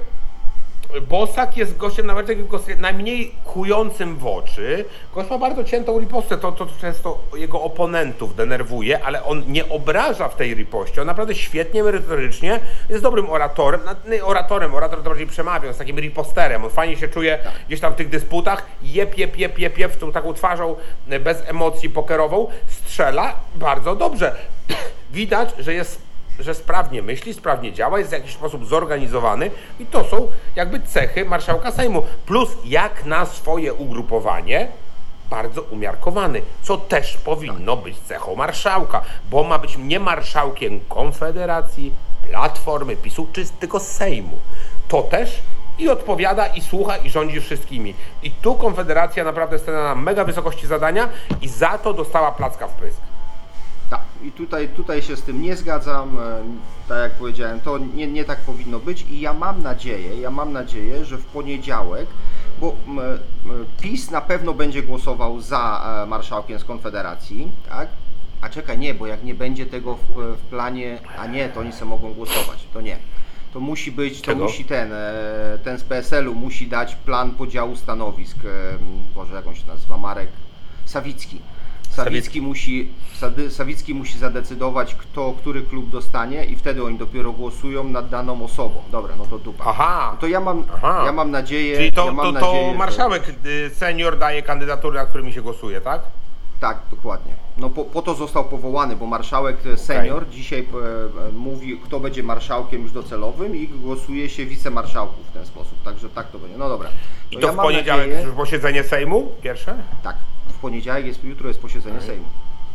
A: Bosak jest gościem najbardziej, najmniej kującym w oczy. Gość ma bardzo ciętą ripostę, to, to często jego oponentów denerwuje, ale on nie obraża w tej ripoście. On naprawdę świetnie, merytorycznie jest dobrym oratorem. Nie oratorem, orator to bardziej przemawia, jest takim riposterem. On fajnie się czuje gdzieś tam w tych dysputach, jep, jep, jep, jep, jep, w tą taką twarzą bez emocji pokerową, strzela bardzo dobrze. Widać, że jest że sprawnie myśli, sprawnie działa, jest w jakiś sposób zorganizowany i to są jakby cechy marszałka Sejmu. Plus jak na swoje ugrupowanie bardzo umiarkowany, co też powinno być cechą marszałka, bo ma być nie marszałkiem Konfederacji, Platformy, PiSu, czy tylko Sejmu. To też i odpowiada, i słucha, i rządzi wszystkimi. I tu Konfederacja naprawdę stanie na mega wysokości zadania i za to dostała placka w pysk.
B: Tak, i tutaj, tutaj się z tym nie zgadzam, e, tak jak powiedziałem, to nie, nie tak powinno być i ja mam nadzieję, ja mam nadzieję, że w poniedziałek, bo m, m, PiS na pewno będzie głosował za e, marszałkiem z Konfederacji, tak? A czekaj, nie, bo jak nie będzie tego w, w planie, a nie, to oni sobie mogą głosować, to nie. To musi być, to
A: Czego?
B: musi ten, e, ten z P S L u musi dać plan podziału stanowisk, e, Boże, jak on się nazywa, Marek Sawicki. Sawicki musi, Sady- Sawicki musi zadecydować, kto, który klub dostanie i wtedy oni dopiero głosują nad daną osobą. Dobra, no to dupa.
A: Aha.
B: No to ja mam,
A: Aha.
B: ja mam nadzieję,
A: Czyli to,
B: ja mam
A: to, to
B: nadzieję, że-
A: marszałek y, senior daje kandydatury, nad którymi się głosuje, tak?
B: Tak, dokładnie. No po, po to został powołany, bo marszałek e, senior dzisiaj e, e, mówi, kto będzie marszałkiem już docelowym i głosuje się wicemarszałków w ten sposób. Także tak to będzie. No dobra.
A: I to
B: ja
A: w
B: mam
A: poniedziałek
B: nadzieję-
A: już posiedzenie Sejmu pierwsze?
B: Tak, w poniedziałek jest, jutro jest posiedzenie Sejmu.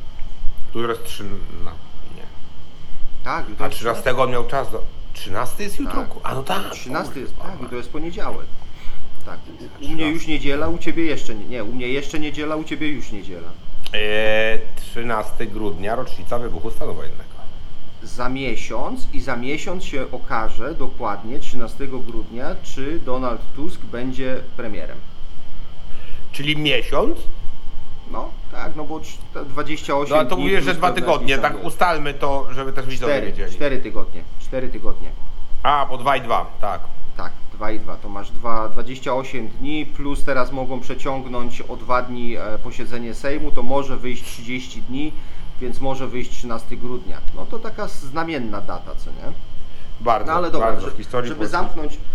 A: Które jest trzy... No, nie.
B: Tak, jutro
A: A
B: jest
A: trzynastego on miał czas do... trzynasty jest jutro?
B: Tak.
A: A no tak.
B: trzynasty jest,
A: kurwa.
B: tak, jutro jest poniedziałek. Tak. U mnie już niedziela, u ciebie jeszcze nie. Nie, u mnie jeszcze niedziela, u ciebie już niedziela.
A: Eee, trzynastego grudnia, rocznica wybuchu stanu wojennego.
B: Za miesiąc i za miesiąc się okaże dokładnie trzynastego grudnia, czy Donald Tusk będzie premierem.
A: Czyli miesiąc?
B: No, tak, no bo cz- dwadzieścia osiem
A: No a to
B: dni
A: mówisz, że
B: plus
A: dwa
B: pewne
A: tygodnie,
B: jakieś tam,
A: tak ustalmy to, żeby też widzowie
B: cztery,
A: wiedzieli.
B: cztery tygodnie, cztery tygodnie.
A: A, bo dwa i dwa, tak.
B: Tak, dwa i dwa, to masz dwa, dwadzieścia osiem dni, plus teraz mogą przeciągnąć o dwa dni e, posiedzenie Sejmu, to może wyjść trzydzieści dni, więc może wyjść trzynastego grudnia. No to taka znamienna data, co nie?
A: Bardzo,
B: No ale dobra,
A: bardzo
B: że,
A: w historii
B: żeby
A: Polski.
B: zamknąć,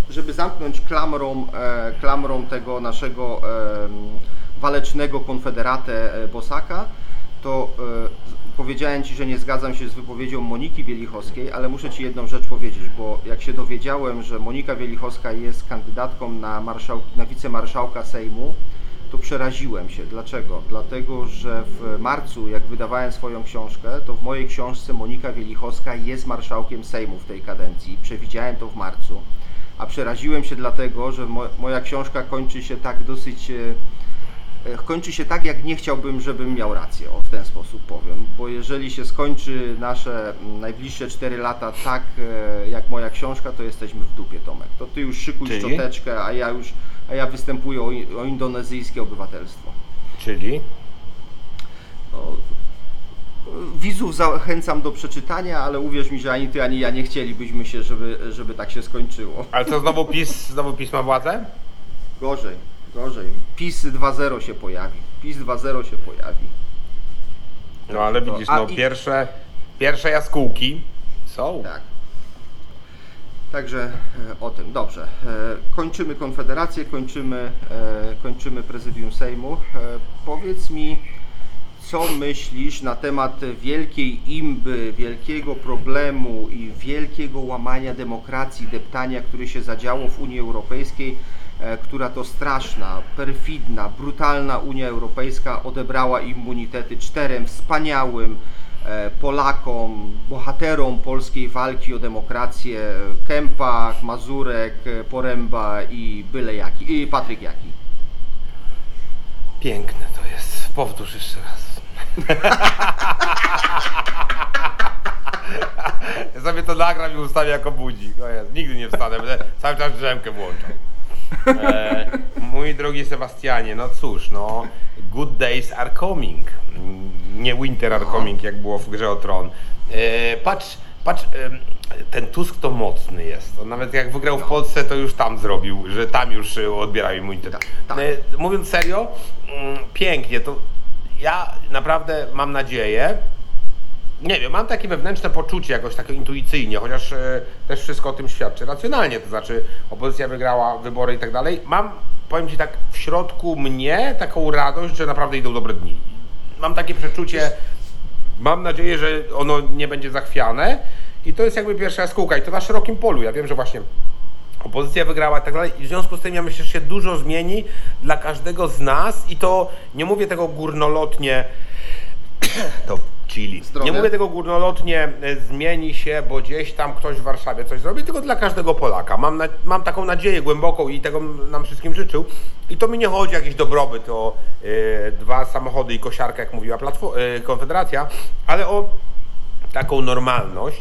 B: żeby zamknąć klamrą, e, klamrą tego naszego e, walecznego konfederatę e, Bosaka, to e, powiedziałem Ci, że nie zgadzam się z wypowiedzią Moniki Wielichowskiej, ale muszę Ci jedną rzecz powiedzieć, bo jak się dowiedziałem, że Monika Wielichowska jest kandydatką na, marszał, na wicemarszałka Sejmu, to przeraziłem się. Dlaczego? Dlatego, że w marcu, jak wydawałem swoją książkę, to w mojej książce Monika Wielichowska jest marszałkiem Sejmu w tej kadencji. Przewidziałem to w marcu. A przeraziłem się dlatego, że mo moja książka kończy się tak dosyć... E, kończy się tak, jak nie chciałbym, żebym miał rację, o w ten sposób powiem. Bo jeżeli się skończy nasze najbliższe cztery lata tak, e, jak moja książka, to jesteśmy w dupie, Tomek. To Ty już szykuj
A: Czyli?
B: szczoteczkę, a ja już a ja występuję o, o indonezyjskie obywatelstwo.
A: Czyli?
B: No, widzów zachęcam do przeczytania, ale uwierz mi, że ani Ty, ani ja nie chcielibyśmy się, żeby, żeby tak się skończyło.
A: Ale co, znowu PiS, znowu PiS ma władzę?
B: Gorzej, gorzej. PiS dwa zero się pojawi. PiS dwa zero się pojawi.
A: No ale
B: To-
A: widzisz,
B: a
A: no
B: i-
A: pierwsze, pierwsze jaskółki są.
B: Tak. Także e, o tym. Dobrze. E, kończymy Konfederację, kończymy, e, kończymy Prezydium Sejmu. E, powiedz mi, co myślisz na temat wielkiej imby, wielkiego problemu i wielkiego łamania demokracji, deptania, które się zadziało w Unii Europejskiej, e, która to straszna, perfidna, brutalna Unia Europejska odebrała immunitety czterem wspaniałym e, Polakom, bohaterom polskiej walki o demokrację, Kępa, Mazurek, Poręba i byle jaki, i Patryk Jaki.
A: Piękne to jest. Powtórz jeszcze raz. Ja sobie to nagram i ustawię jako budzik. No jest, nigdy nie wstanę, będę cały czas drzemkę włączał. E, mój drogi Sebastianie, no cóż, no good days are coming. Nie winter are coming, jak było w Grze o Tron. E, patrz, patrz, e, ten Tusk to mocny jest. On nawet jak wygrał w Polsce, to już tam zrobił, że tam już e, odbierał immunitet.
B: Tak, tak.
A: E, mówiąc serio, mm, pięknie, to ja naprawdę mam nadzieję, nie wiem, mam takie wewnętrzne poczucie, jakoś takie intuicyjnie, chociaż e, też wszystko o tym świadczy racjonalnie, to znaczy opozycja wygrała wybory i tak dalej. Mam, powiem Ci tak, w środku mnie taką radość, że naprawdę idą dobre dni. Mam takie przeczucie, mam nadzieję, że ono nie będzie zachwiane i to jest jakby pierwsza jaskółka i to na szerokim polu. Ja wiem, że właśnie opozycja wygrała i tak dalej i w związku z tym ja myślę, że się dużo zmieni dla każdego z nas i to nie mówię tego górnolotnie, to chili.
B: Zdrowie.
A: Nie mówię tego górnolotnie, e, zmieni się, bo gdzieś tam ktoś w Warszawie coś zrobi, tylko dla każdego Polaka. Mam, na, mam taką nadzieję głęboką i tego nam wszystkim życzył. I to mi nie chodzi o jakiś dobrobyt, o e, dwa samochody i kosiarkę, jak mówiła Platfo- e, Konfederacja, ale o taką normalność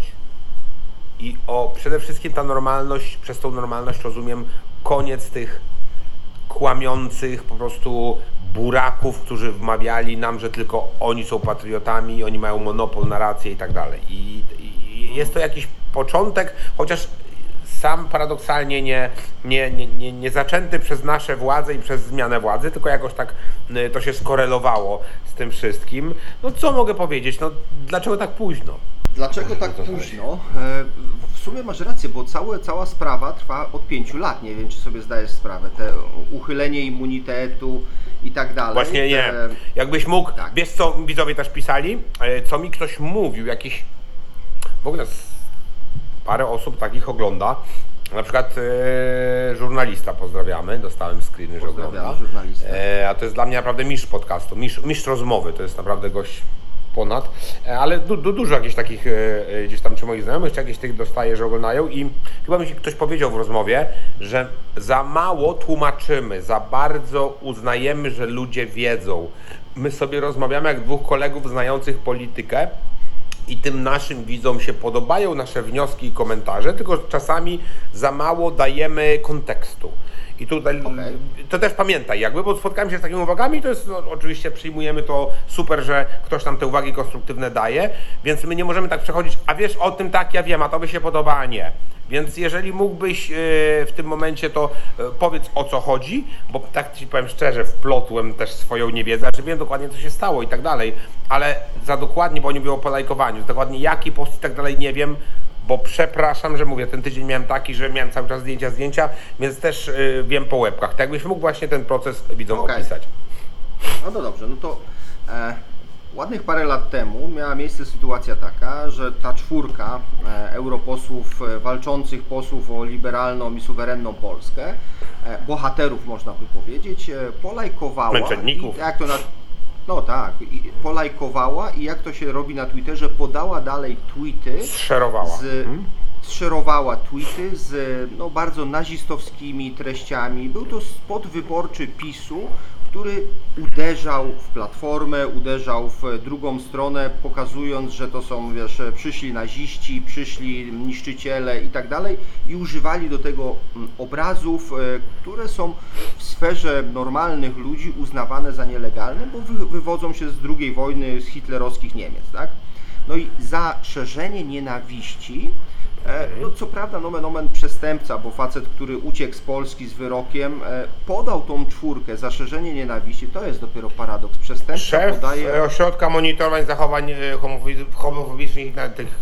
A: i o przede wszystkim ta normalność, przez tą normalność rozumiem koniec tych kłamiących po prostu buraków, którzy wmawiali nam, że tylko oni są patriotami, oni mają monopol na rację i tak dalej. I, i jest to jakiś początek, chociaż sam paradoksalnie nie, nie, nie, nie, nie zaczęty przez nasze władze i przez zmianę władzy, tylko jakoś tak y, to się skorelowało z tym wszystkim. No co mogę powiedzieć? No dlaczego tak późno?
B: Dlaczego tak późno? E, W sumie masz rację, bo całe, cała sprawa trwa od pięciu lat. Nie wiem, czy sobie zdajesz sprawę. Te uchylenie immunitetu i tak dalej.
A: Właśnie nie.
B: Te...
A: Jakbyś mógł,
B: Tak.
A: wiesz co widzowie też pisali, e, co mi ktoś mówił, jakiś, w ogóle z, parę osób takich ogląda, na przykład e, żurnalista, pozdrawiamy, dostałem screeny, że
B: Pozdrawiamy
A: ogląda.
B: żurnalistę.
A: E, a to jest dla mnie naprawdę mistrz podcastu, mistrz, mistrz rozmowy, to jest naprawdę gość ponad, e, ale du, du, dużo jakichś takich, e, e, gdzieś tam czy moich znajomych, czy jakichś tych dostaję, że oglądają i chyba mi się ktoś powiedział w rozmowie, że za mało tłumaczymy, za bardzo uznajemy, że ludzie wiedzą. My sobie rozmawiamy jak dwóch kolegów znających politykę i tym naszym widzom się podobają nasze wnioski i komentarze, tylko czasami za mało dajemy kontekstu. I tutaj
B: Okej.
A: to też pamiętaj, jakby, bo spotkałem się z takimi uwagami, to jest, no, oczywiście przyjmujemy to super, że ktoś nam te uwagi konstruktywne daje, więc my nie możemy tak przechodzić, a wiesz o tym tak, ja wiem, a tobie się podoba, a nie. Więc jeżeli mógłbyś yy, w tym momencie, to yy, powiedz o co chodzi, bo tak Ci powiem szczerze, wplotłem też swoją niewiedzę, że wiem dokładnie co się stało i tak dalej, ale za dokładnie, bo oni mówią o polajkowaniu, dokładnie jaki post i tak dalej nie wiem, bo przepraszam, że mówię, ten tydzień miałem taki, że miałem cały czas zdjęcia, zdjęcia, więc też y, wiem po łebkach. Tak jakbyś mógł właśnie ten proces widzom
B: Okej.
A: opisać.
B: No to dobrze, no to e, ładnych parę lat temu miała miejsce sytuacja taka, że ta czwórka e, europosłów, e, walczących posłów o liberalną i suwerenną Polskę, e, bohaterów można by powiedzieć, e, polajkowała.
A: Męczenników.
B: I jak to na, no tak, i polajkowała i jak to się robi na Twitterze, podała dalej tweety
A: Zszerowała.
B: z,
A: Hmm?
B: zszerowała tweety z no, bardzo nazistowskimi treściami. Był to spot wyborczy PiSu, który uderzał w Platformę, uderzał w drugą stronę, pokazując, że to są, wiesz, przyszli naziści, przyszli niszczyciele i tak dalej, i używali do tego obrazów, które są w sferze normalnych ludzi uznawane za nielegalne, bo wy, wywodzą się z drugiej wojny, z hitlerowskich Niemiec, tak? No i za szerzenie nienawiści, no co prawda nomen omen przestępca, bo facet, który uciekł z Polski z wyrokiem, podał tą czwórkę za szerzenie nienawiści, to jest dopiero paradoks. Przestępca
A: Szef
B: podaje...
A: Ośrodka Monitorowań Zachowań e, homofobi- homofobicznych na tych...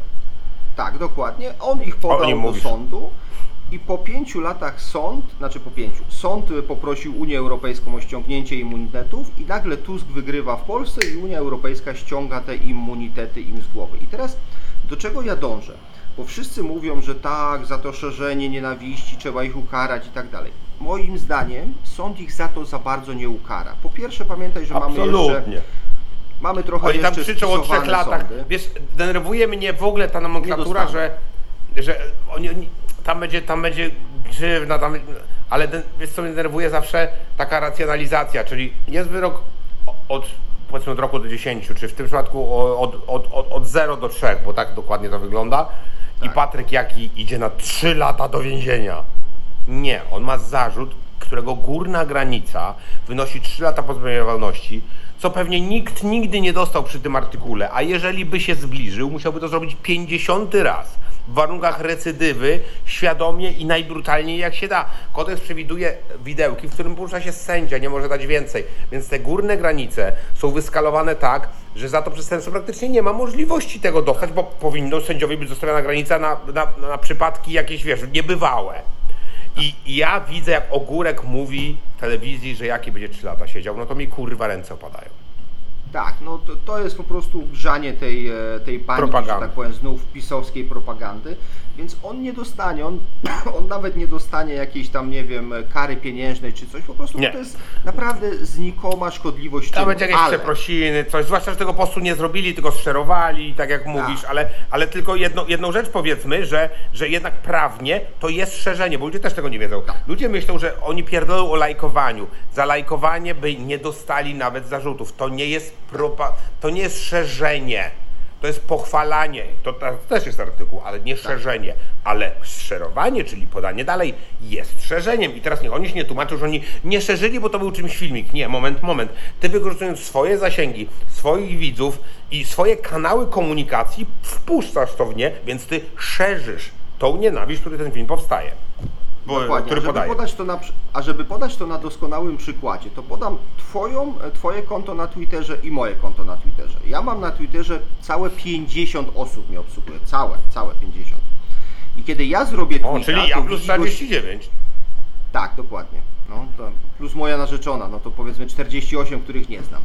B: Tak, dokładnie. On ich
A: O
B: podał
A: nim
B: do
A: mówisz.
B: sądu i po pięciu latach sąd, znaczy po pięciu, sąd poprosił Unię Europejską o ściągnięcie immunitetów i nagle Tusk wygrywa w Polsce i Unia Europejska ściąga te immunitety im z głowy. I teraz do czego ja dążę? Bo wszyscy mówią, że tak, za to szerzenie nienawiści trzeba ich ukarać i tak dalej. Moim zdaniem sąd ich za to za bardzo nie ukara. Po pierwsze pamiętaj, że mamy jeszcze...
A: Absolutnie.
B: Mamy trochę
A: Oni tam
B: jeszcze
A: krzyczą o trzech
B: spisowane
A: latach.
B: sądy.
A: Wiesz, denerwuje mnie w ogóle ta
B: Nie
A: nomenklatura,
B: dostaną.
A: że, że oni, oni, tam będzie, tam będzie grzywna, tam, ale den, wiesz co mnie denerwuje zawsze taka racjonalizacja, czyli jest wyrok od, powiedzmy od roku do dziesięciu, czy w tym przypadku od, od, od, od zera do trzech, bo tak dokładnie to wygląda. I
B: Tak.
A: Patryk Jaki idzie na trzy lata do więzienia. Nie, on ma zarzut, którego górna granica wynosi trzy lata pozbawienia wolności, co pewnie nikt nigdy nie dostał przy tym artykule, a jeżeli by się zbliżył, musiałby to zrobić pięćdziesiąty raz w warunkach recydywy, świadomie i najbrutalniej jak się da. Kodeks przewiduje widełki, w którym porusza się sędzia, nie może dać więcej, więc te górne granice są wyskalowane tak, że za to przestępstwo praktycznie nie ma możliwości tego dostać, bo powinno sędziowi być zostawiona granica na, na, na przypadki jakieś, wiesz, niebywałe. I i ja widzę, jak Ogórek mówi w telewizji, że Jaki będzie trzy lata siedział, no to mi kurwa ręce opadają.
B: Tak, no to, to jest po prostu grzanie tej, e, tej paniki,
A: Propagandy.
B: że tak powiem, znów pisowskiej propagandy, więc on nie dostanie, on, on nawet nie dostanie jakiejś tam, nie wiem, kary pieniężnej czy coś, po prostu
A: Nie.
B: to jest naprawdę znikoma szkodliwość
A: Tam
B: czynu,
A: będzie jakieś
B: ale
A: przeprosiny, coś, zwłaszcza, że tego postu nie zrobili, tylko zszerowali, tak jak mówisz, ale, ale tylko jedno, jedną rzecz powiedzmy, że, że jednak prawnie to jest szerzenie, bo ludzie też tego nie wiedzą. Ludzie myślą, że oni pierdolą o lajkowaniu. Za lajkowanie by nie dostali nawet zarzutów. To nie jest propa, to nie jest szerzenie. To jest pochwalanie, to, to też jest artykuł, ale nie szerzenie, ale szerowanie, czyli podanie dalej, jest szerzeniem. I teraz niech oni się nie tłumaczą, że oni nie szerzyli, bo to był czymś filmik. Nie, moment, moment. Ty wykorzystując swoje zasięgi, swoich widzów i swoje kanały komunikacji, wpuszczasz to w nie, więc ty szerzysz tą nienawiść, który ten film powstaje. Bo,
B: dokładnie,
A: który
B: a żeby,
A: podaje.
B: podać to na, przy- a żeby podać to na doskonałym przykładzie, to podam twoją, twoje konto na Twitterze i moje konto na Twitterze. Ja mam na Twitterze całe pięćdziesiąt osób mnie obsługuje, całe, całe pięćdziesiąt. I kiedy ja zrobię tweeta,
A: O, czyli ja
B: to
A: plus
B: widzi go-
A: czterdzieści dziewięć.
B: Tak, dokładnie. No, to plus moja narzeczona, no to powiedzmy czterdzieści osiem, których nie znam.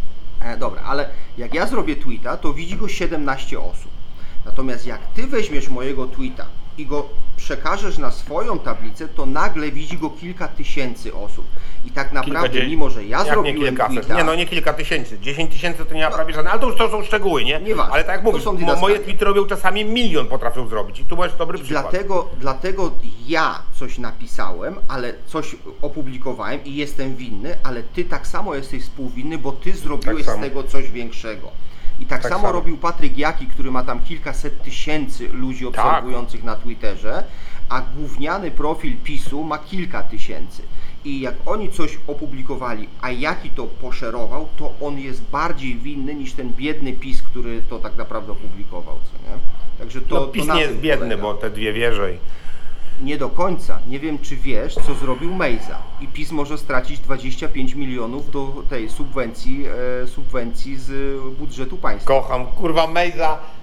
B: E, dobra, ale jak ja zrobię tweeta, to widzi go siedemnaście osób. Natomiast jak ty weźmiesz mojego tweeta i go przekażesz na swoją tablicę, to nagle widzi go kilka tysięcy osób. I tak naprawdę,
A: Kilka dzie-
B: mimo że ja
A: jak nie
B: zrobiłem
A: kilkaset?
B: tweeta...
A: Nie, no nie kilka tysięcy. dziesięć tysięcy to nie ma prawie żadne, ale to już to są szczegóły, nie?
B: Nieważne.
A: Ale tak jak
B: To
A: mówisz,
B: są
A: mo-
B: didaskalie.
A: moje tweety robią czasami milion potrafią zrobić i tu masz dobry
B: I
A: przykład.
B: dlatego, dlatego ja coś napisałem, ale coś opublikowałem i jestem winny, ale ty tak samo jesteś współwinny, bo ty zrobiłeś
A: Tak
B: z
A: samo.
B: tego coś większego. I tak,
A: Tak
B: samo,
A: samo.
B: robił Patryk Jaki, który ma tam kilkaset tysięcy ludzi
A: Tak.
B: obserwujących na Twitterze, a gówniany profil PiSu ma kilka tysięcy. I jak oni coś opublikowali, a Jaki to poszerował, to on jest bardziej winny niż ten biedny PiS, który to tak naprawdę opublikował, co nie? Także to,
A: No
B: to
A: PiS
B: na
A: nie jest
B: tym
A: biedny,
B: polega.
A: bo te dwie wieże i...
B: Nie do końca. Nie wiem, czy wiesz, co zrobił Mejza. I PiS może stracić dwadzieścia pięć milionów do tej subwencji, e, subwencji z budżetu państwa.
A: Kocham, kurwa Mejza,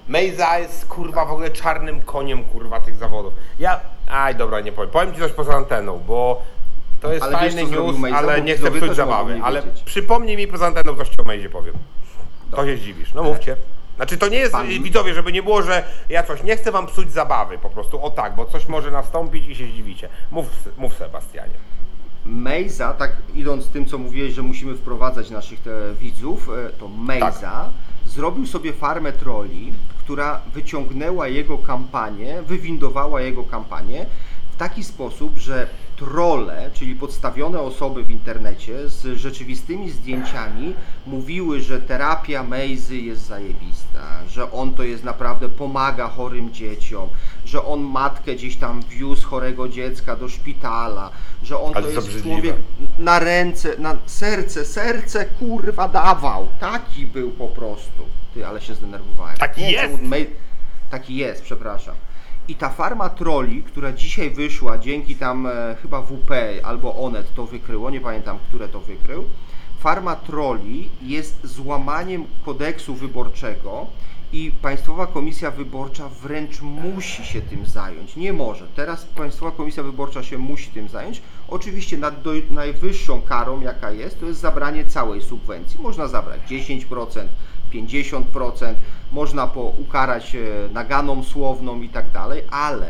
A: Mejza jest kurwa w ogóle czarnym koniem kurwa tych zawodów. Ja, aj dobra, nie powiem. Powiem ci coś poza anteną, bo to jest
B: Ale wiesz,
A: fajny
B: co zrobił
A: news,
B: Mejza?
A: ale
B: Bo
A: nie chcę
B: widzowie
A: psuć
B: też mogą
A: zabawy.
B: nie
A: Ale
B: wiedzieć.
A: przypomnij mi poza anteną, coś ci o Mejzie powiem. To się zdziwisz. No mówcie. Znaczy to nie jest,
B: Pan-
A: widzowie, żeby nie było, że ja coś, nie chcę wam psuć zabawy po prostu, o tak, bo coś może nastąpić i się zdziwicie. Mów, mów Sebastianie.
B: Mejza, tak idąc tym, co mówiłeś, że musimy wprowadzać naszych te widzów, e, to Mejza
A: Tak.
B: zrobił sobie farmę trolli, która wyciągnęła jego kampanię, wywindowała jego kampanię w taki sposób, że trolle, czyli podstawione osoby w internecie z rzeczywistymi zdjęciami mówiły, że terapia Mejzy jest zajebista, że on to jest naprawdę, pomaga chorym dzieciom, że on matkę gdzieś tam wiózł chorego dziecka do szpitala, że on
A: Ale
B: to
A: to
B: jest
A: obrzydliwe.
B: człowiek na ręce, na serce, serce kurwa dawał. Taki był po prostu. Ty, ale się zdenerwowałem.
A: Taki
B: Nie,
A: jest?
B: czemu Mej- Taki jest, przepraszam. I ta farma trolli, która dzisiaj wyszła dzięki tam e, chyba W P albo Onet to wykryło, nie pamiętam, które to wykrył. Farma trolli jest złamaniem kodeksu wyborczego i Państwowa Komisja Wyborcza wręcz musi się tym zająć. Nie może. Teraz Państwowa Komisja Wyborcza się musi tym zająć. Oczywiście nad do, najwyższą karą, jaka jest, to jest zabranie całej subwencji. Można zabrać dziesięć procent, pięćdziesiąt procent, można po, ukarać e, naganą słowną i tak dalej, ale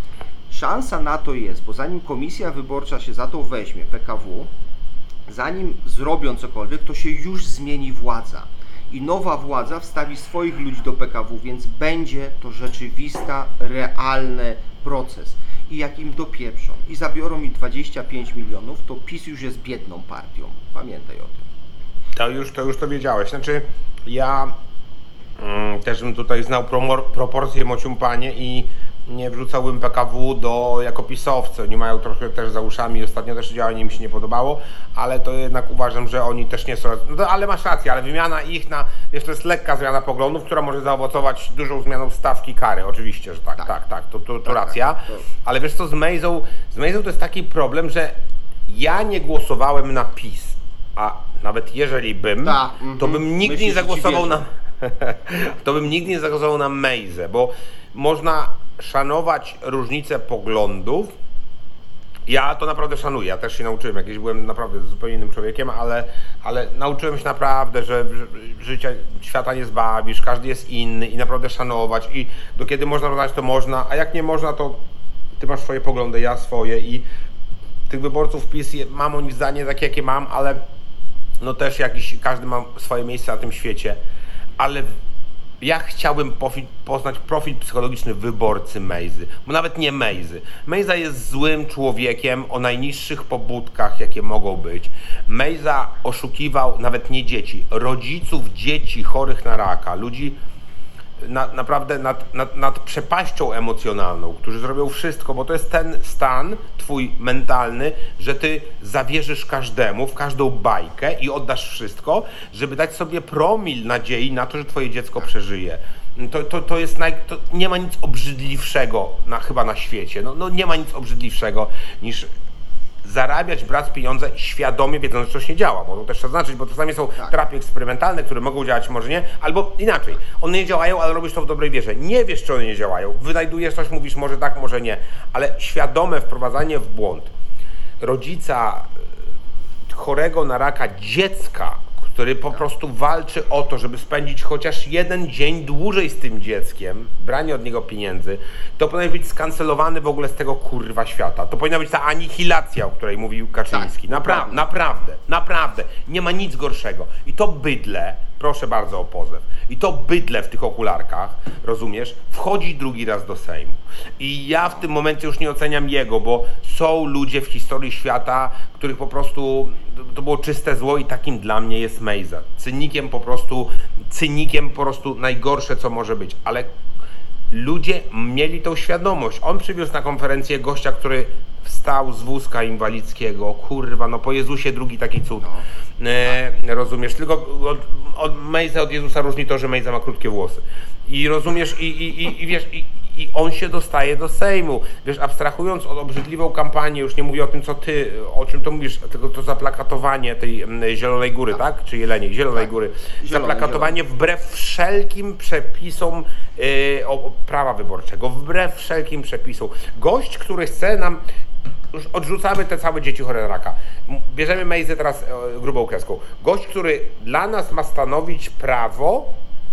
B: szansa na to jest, bo zanim Komisja Wyborcza się za to weźmie, P K W, zanim zrobią cokolwiek, to się już zmieni władza. I nowa władza wstawi swoich ludzi do P K W, więc będzie to rzeczywista, realny proces. I jak im dopieprzą i zabiorą mi dwadzieścia pięć milionów, to PiS już jest biedną partią. Pamiętaj o tym.
A: To już to, już to wiedziałeś. Znaczy, ja mm, też bym tutaj znał promor, proporcje mociumpanie i nie wrzucałbym P K W do, jako pisowcy. Oni mają trochę też za uszami, ostatnio też działanie mi się nie podobało, ale to jednak uważam, że oni też nie są... No, ale masz rację, ale wymiana ich na... Wiesz, to jest lekka zmiana poglądów, która może zaowocować dużą zmianą stawki kary. Oczywiście, że tak, tak, tak, tak to, to, to
B: Tak,
A: racja.
B: tak, to-
A: Ale wiesz co, z Mejzą, z Mejzą to jest taki problem, że ja nie głosowałem na PiS, a nawet jeżeli bym,
B: Tak,
A: to
B: mhm.
A: bym nigdy
B: Myślisz,
A: nie
B: że ci
A: zagłosował
B: wierzą.
A: na... to bym nigdy nie zagłosował na Mejzę, bo można szanować różnice poglądów. Ja to naprawdę szanuję, ja też się nauczyłem, jakieś byłem naprawdę zupełnie innym człowiekiem, ale, ale nauczyłem się naprawdę, że, że życia, świata nie zbawisz, każdy jest inny i naprawdę szanować i do kiedy można rozmawiać, to można, a jak nie można, to ty masz swoje poglądy, ja swoje i tych wyborców PiS je- mam o nich zdanie takie, jakie mam, ale no też jakiś, każdy ma swoje miejsce na tym świecie, ale ja chciałbym pofi- poznać profil psychologiczny wyborcy Mejzy, bo nawet nie Mejzy. Mejza jest złym człowiekiem o najniższych pobudkach, jakie mogą być. Mejza oszukiwał nawet nie dzieci, rodziców dzieci chorych na raka, ludzi na, naprawdę nad, nad, nad przepaścią emocjonalną, którzy zrobią wszystko, bo to jest ten stan twój mentalny, że ty zawierzysz każdemu w każdą bajkę i oddasz wszystko, żeby dać sobie promil nadziei na to, że twoje dziecko przeżyje. To, to, to jest naj, to nie ma nic obrzydliwszego na, chyba na świecie. No, no nie ma nic obrzydliwszego niż zarabiać, brać pieniądze świadomie, wiedząc, że coś nie działa, bo to też trzeba znaczyć, bo czasami są
B: Tak.
A: terapie eksperymentalne, które mogą działać, może nie, albo inaczej, one nie działają, ale robisz to w dobrej wierze. Nie wiesz, czy one nie działają, wynajdujesz coś, mówisz może tak, może nie, ale świadome wprowadzanie w błąd rodzica e, chorego na raka dziecka, który po prostu walczy o to, żeby spędzić chociaż jeden dzień dłużej z tym dzieckiem, branie od niego pieniędzy, to powinien być skancelowany w ogóle z tego kurwa świata. To powinna być ta anihilacja, o której mówił Kaczyński.
B: Tak,
A: Napra-
B: dokładnie.
A: naprawdę, naprawdę. Nie ma nic gorszego. I to bydle, proszę bardzo o pozew, i to bydle w tych okularkach, rozumiesz, wchodzi drugi raz do Sejmu. I ja w tym momencie już nie oceniam jego, bo są ludzie w historii świata, których po prostu to było czyste zło i takim dla mnie jest Mejza. Cynikiem po prostu, cynikiem po prostu najgorsze, co może być. Ale ludzie mieli tą świadomość. On przywiózł na konferencję gościa, który wstał z wózka inwalidzkiego. Kurwa, no po Jezusie drugi taki cud. E, rozumiesz? Tylko od, od Mejza od Jezusa różni to, że Mejza ma krótkie włosy. I rozumiesz, i, i, i, i wiesz, i, i on się dostaje do Sejmu. Wiesz, abstrahując od obrzydliwą kampanię, już nie mówię o tym, co ty, o czym to mówisz, tylko to zaplakatowanie tej mm, Zielonej Góry, tak? tak? Czy Jeleniej? Zielonej
B: tak.
A: Góry.
B: Zielone,
A: Zaplakatowanie
B: zielone.
A: wbrew wszelkim przepisom yy, o, prawa wyborczego, wbrew wszelkim przepisom. Gość, który chce nam... Już odrzucamy te całe dzieci chore na raka. M- Bierzemy Mejzę teraz e, grubą kreską. Gość, który dla nas ma stanowić prawo,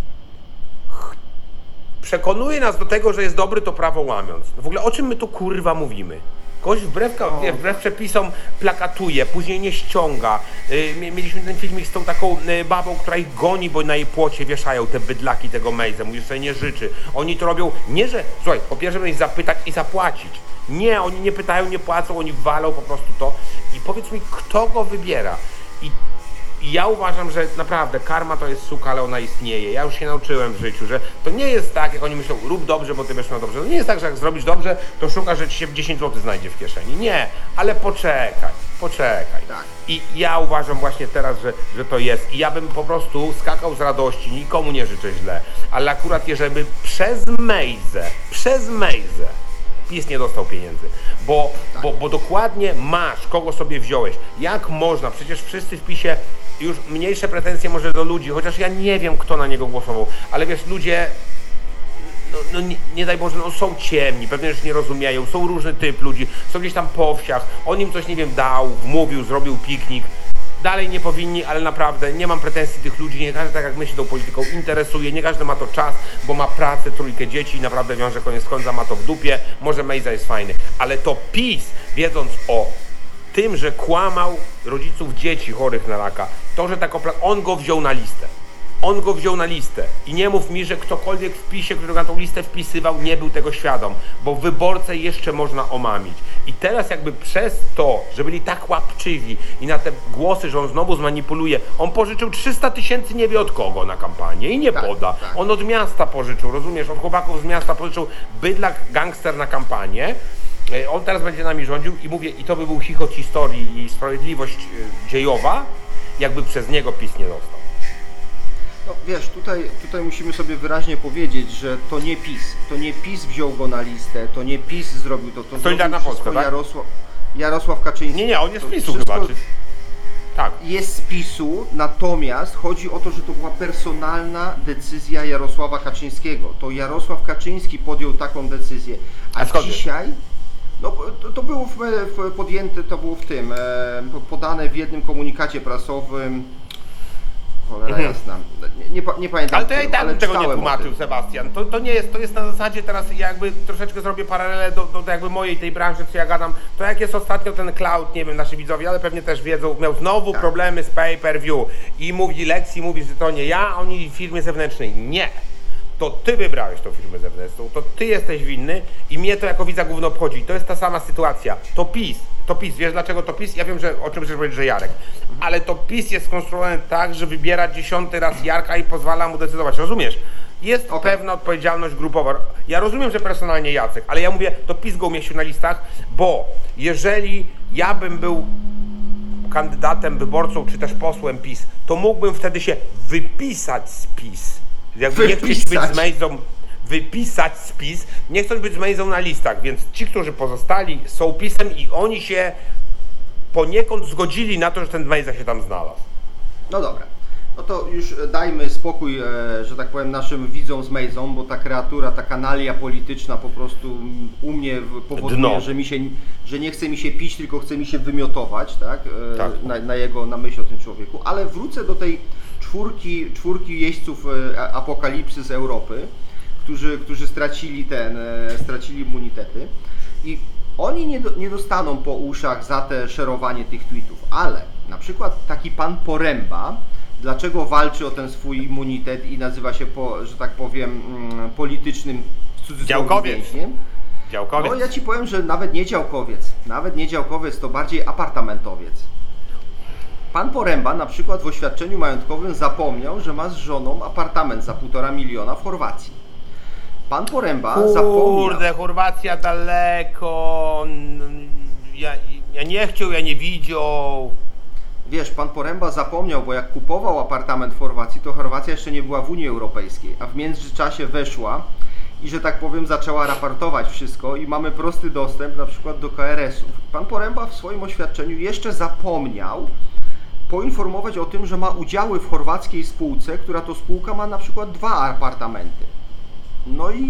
A: ch- przekonuje nas do tego, że jest dobry, to prawo łamiąc. No w ogóle o czym my tu kurwa mówimy? Gość wbrew, ka- wie, wbrew przepisom plakatuje, później nie ściąga. Y, mie- mieliśmy ten filmik z tą taką y, babą, która ich goni, bo na jej płocie wieszają te bydlaki tego Mejzę. Mówi, że sobie nie życzy. Oni to robią nie, że... Słuchaj, po pierwsze będziesz zapytać i zapłacić. Nie, oni nie pytają, nie płacą, oni walą po prostu to. I powiedz mi, kto go wybiera? I, I ja uważam, że naprawdę karma to jest suka, ale ona istnieje. Ja już się nauczyłem w życiu, że to nie jest tak, jak oni myślą, rób dobrze, bo ty będziesz miał dobrze. To nie jest tak, że jak zrobisz dobrze, to szukasz, że ci się dziesięć złotych znajdzie w kieszeni. Nie, ale poczekaj, poczekaj.
B: Tak.
A: I ja uważam właśnie teraz, że, że to jest. I ja bym po prostu skakał z radości, nikomu nie życzę źle. Ale akurat jeżeli przez Mejzę, przez Mejzę, PiS nie dostał pieniędzy, bo,
B: Tak.
A: bo, bo dokładnie masz, kogo sobie wziąłeś. Jak można? Przecież wszyscy w PiSie już mniejsze pretensje może do ludzi, chociaż ja nie wiem, kto na niego głosował, ale wiesz, ludzie, no, no nie, nie daj Boże, no są ciemni, pewnie rzeczy nie rozumieją, są różny typ ludzi, są gdzieś tam po wsiach, on im coś, nie wiem, dał, wmówił, zrobił piknik. Dalej nie powinni, ale naprawdę nie mam pretensji tych ludzi, nie każdy tak jak my się tą polityką interesuje, nie każdy ma to czas, bo ma pracę, trójkę dzieci i naprawdę wiąże koniec końca, ma to w dupie, może Mejza jest fajny, ale to PiS, wiedząc o tym, że kłamał rodziców dzieci chorych na raka, to, że tak opla... on go wziął na listę. On go wziął na listę i nie mów mi, że ktokolwiek w PiSie, który na tą listę wpisywał, nie był tego świadom, bo wyborcę jeszcze można omamić. I teraz jakby przez to, że byli tak łapczywi i na te głosy, że on znowu zmanipuluje, on pożyczył trzysta tysięcy nie wie od kogo na kampanię i nie
B: Tak,
A: poda.
B: tak.
A: On od miasta pożyczył, rozumiesz, od chłopaków z miasta pożyczył bydlak, gangster na kampanię. E, On teraz będzie nami rządził i mówię, i to by był chichot historii i sprawiedliwość e, dziejowa, jakby przez niego PiS nie dostał.
B: No wiesz, tutaj, tutaj musimy sobie wyraźnie powiedzieć, że to nie PiS. To nie PiS wziął go na listę, to nie PiS zrobił to. To
A: Solidarna
B: zrobił
A: Polska,
B: wszystko
A: tak?
B: Jarosław, Jarosław Kaczyński.
A: Nie, nie, on jest z
B: To
A: PiSu
B: wszystko
A: chyba. Czy... Tak.
B: Jest z PiSu, natomiast chodzi o to, że to była personalna decyzja Jarosława Kaczyńskiego. To Jarosław Kaczyński podjął taką decyzję. A,
A: A skąd wiesz?
B: dzisiaj... No to, to było w, w, podjęte, to było w tym, e, podane w jednym komunikacie prasowym. Cholera
A: Mhm.
B: jasna. Nie, nie, pa- nie pamiętam.
A: Ale to ja i
B: którym,
A: tak bym tego nie
B: czytałem o
A: tłumaczył,
B: tym.
A: Sebastian. To, to nie jest, to jest na zasadzie teraz, ja jakby troszeczkę zrobię paralelę do, do, do jakby mojej tej branży, co ja gadam. To jak jest ostatnio ten cloud, nie wiem, nasi widzowie, ale pewnie też wiedzą, miał znowu
B: Tak.
A: problemy z pay per view i mówi lekcji, mówi, że to nie ja, oni w firmie zewnętrznej. Nie. To ty wybrałeś tą firmę zewnętrzną, to ty jesteś winny i mnie to jako widza gówno obchodzi. To jest ta sama sytuacja. To PiS. To PiS. Wiesz dlaczego to PiS? Ja wiem, że o czym chcesz powiedzieć, że Jarek. Ale to PiS jest skonstruowany tak, że wybiera dziesiąty raz Jarka i pozwala mu decydować. Rozumiesz? Jest
B: Okej.
A: pewna odpowiedzialność grupowa. Ja rozumiem, że personalnie Jacek, ale ja mówię, to PiS go umieścił na listach, bo jeżeli ja bym był kandydatem, wyborcą czy też posłem PiS, to mógłbym wtedy się wypisać z PiS. Jakby nie chcieć być
B: Wypisać.
A: z Mejzą, wypisać z PiS, nie chcą być z Mejzą na listach, więc ci, którzy pozostali, są PiS-em i oni się poniekąd zgodzili na to, że ten Mejza się tam znalazł.
B: No dobra. No to już dajmy spokój, e, że tak powiem, naszym widzom z Mejzą, bo ta kreatura, ta kanalia polityczna po prostu u mnie w- powoduje,
A: Dno.
B: że mi się, że nie chce mi się pić, tylko chce mi się wymiotować, tak? E,
A: Tak.
B: Na, na jego, na myśl o tym człowieku. Ale wrócę do tej czwórki, czwórki jeźdźców e, apokalipsy z Europy, którzy, którzy stracili ten, e, stracili immunitety i oni nie, do, nie dostaną po uszach za te szerowanie tych tweetów, ale na przykład taki pan Poręba, dlaczego walczy o ten swój immunitet i nazywa się, po, że tak powiem, mm, politycznym w cudzysłowie
A: Działkowiec.
B: więźniem?
A: Działkowiec.
B: No ja ci powiem, że nawet nie działkowiec, nawet nie działkowiec, to bardziej apartamentowiec. Pan Poręba na przykład w oświadczeniu majątkowym zapomniał, że ma z żoną apartament za półtora miliona w Chorwacji. Pan Poręba zapomniał...
A: Kurde, Chorwacja daleko. n- Ja, ja nie chciał, ja nie widział.
B: Wiesz, pan Poręba zapomniał, bo jak kupował apartament w Chorwacji, to Chorwacja jeszcze nie była w Unii Europejskiej, a w międzyczasie weszła i że tak powiem zaczęła raportować wszystko i mamy prosty dostęp na przykład do K R S-ów. Pan Poręba w swoim oświadczeniu jeszcze zapomniał poinformować o tym, że ma udziały w chorwackiej spółce, która to spółka ma na przykład dwa apartamenty. No i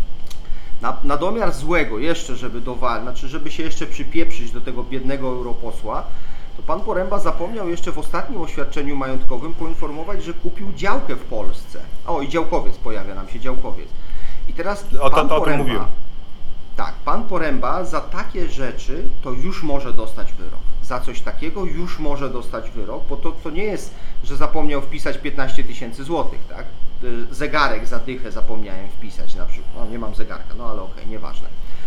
B: na, na domiar złego jeszcze, żeby dowalić, znaczy żeby się jeszcze przypieprzyć do tego biednego europosła, to pan Poręba zapomniał jeszcze w ostatnim oświadczeniu majątkowym poinformować, że kupił działkę w Polsce. O, i działkowiec, pojawia nam się działkowiec. I teraz
A: O, to-
B: pan
A: to o tym
B: Poręba,
A: mówiłem.
B: tak, pan Poręba za takie rzeczy to już może dostać wyrok. Za coś takiego już może dostać wyrok, bo to, to nie jest, że zapomniał wpisać piętnaście tysięcy złotych, tak? Y, Zegarek za dychę zapomniałem wpisać na przykład. No nie mam zegarka, no ale okej, nieważne.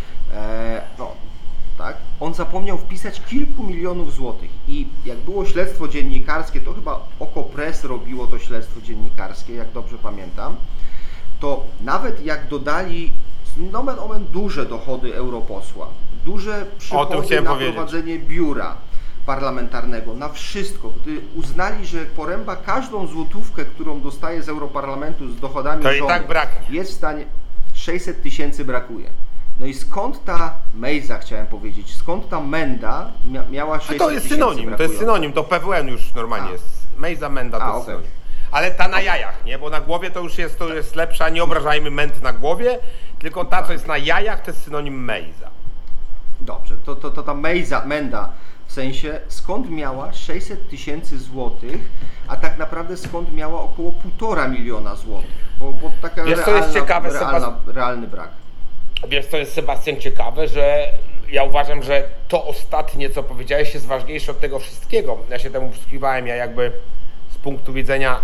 B: E, no, tak? On zapomniał wpisać kilku milionów złotych i jak było śledztwo dziennikarskie, to chyba Okopres robiło to śledztwo dziennikarskie, jak dobrze pamiętam, to nawet jak dodali nomen omen duże dochody europosła, duże przychody
A: chciałem
B: na
A: powiedzieć.
B: prowadzenie biura parlamentarnego, na wszystko, gdy uznali, że Poręba każdą złotówkę, którą dostaje z Europarlamentu z dochodami
A: To i
B: rządu,
A: tak braknie.
B: jest w stanie, sześćset tysięcy brakuje. No i skąd ta mejza, chciałem powiedzieć, skąd ta menda mia miała
A: A
B: sześćset
A: to jest
B: tysięcy
A: synonim, to jest
B: brakujących?
A: synonim, to P W N już normalnie
B: A.
A: jest. Mejza, menda to
B: A,
A: jest
B: okej.
A: synonim. Ale ta na jajach, nie? Bo na głowie to już jest, to jest lepsza, nie obrażajmy męd na głowie, tylko ta, co jest na jajach, to jest synonim mejza.
B: Dobrze, to, to, to ta mejza, menda, w sensie skąd miała sześćset tysięcy złotych, a tak naprawdę skąd miała około półtora miliona złotych, bo, bo taka
A: Wiesz, co
B: realna,
A: jest ciekawe,
B: realna, realny brak.
A: Wiesz, co jest, Sebastian, ciekawe, że ja uważam, że to ostatnie, co powiedziałeś, jest ważniejsze od tego wszystkiego. Ja się temu przysłuchiwałem, ja jakby z punktu widzenia,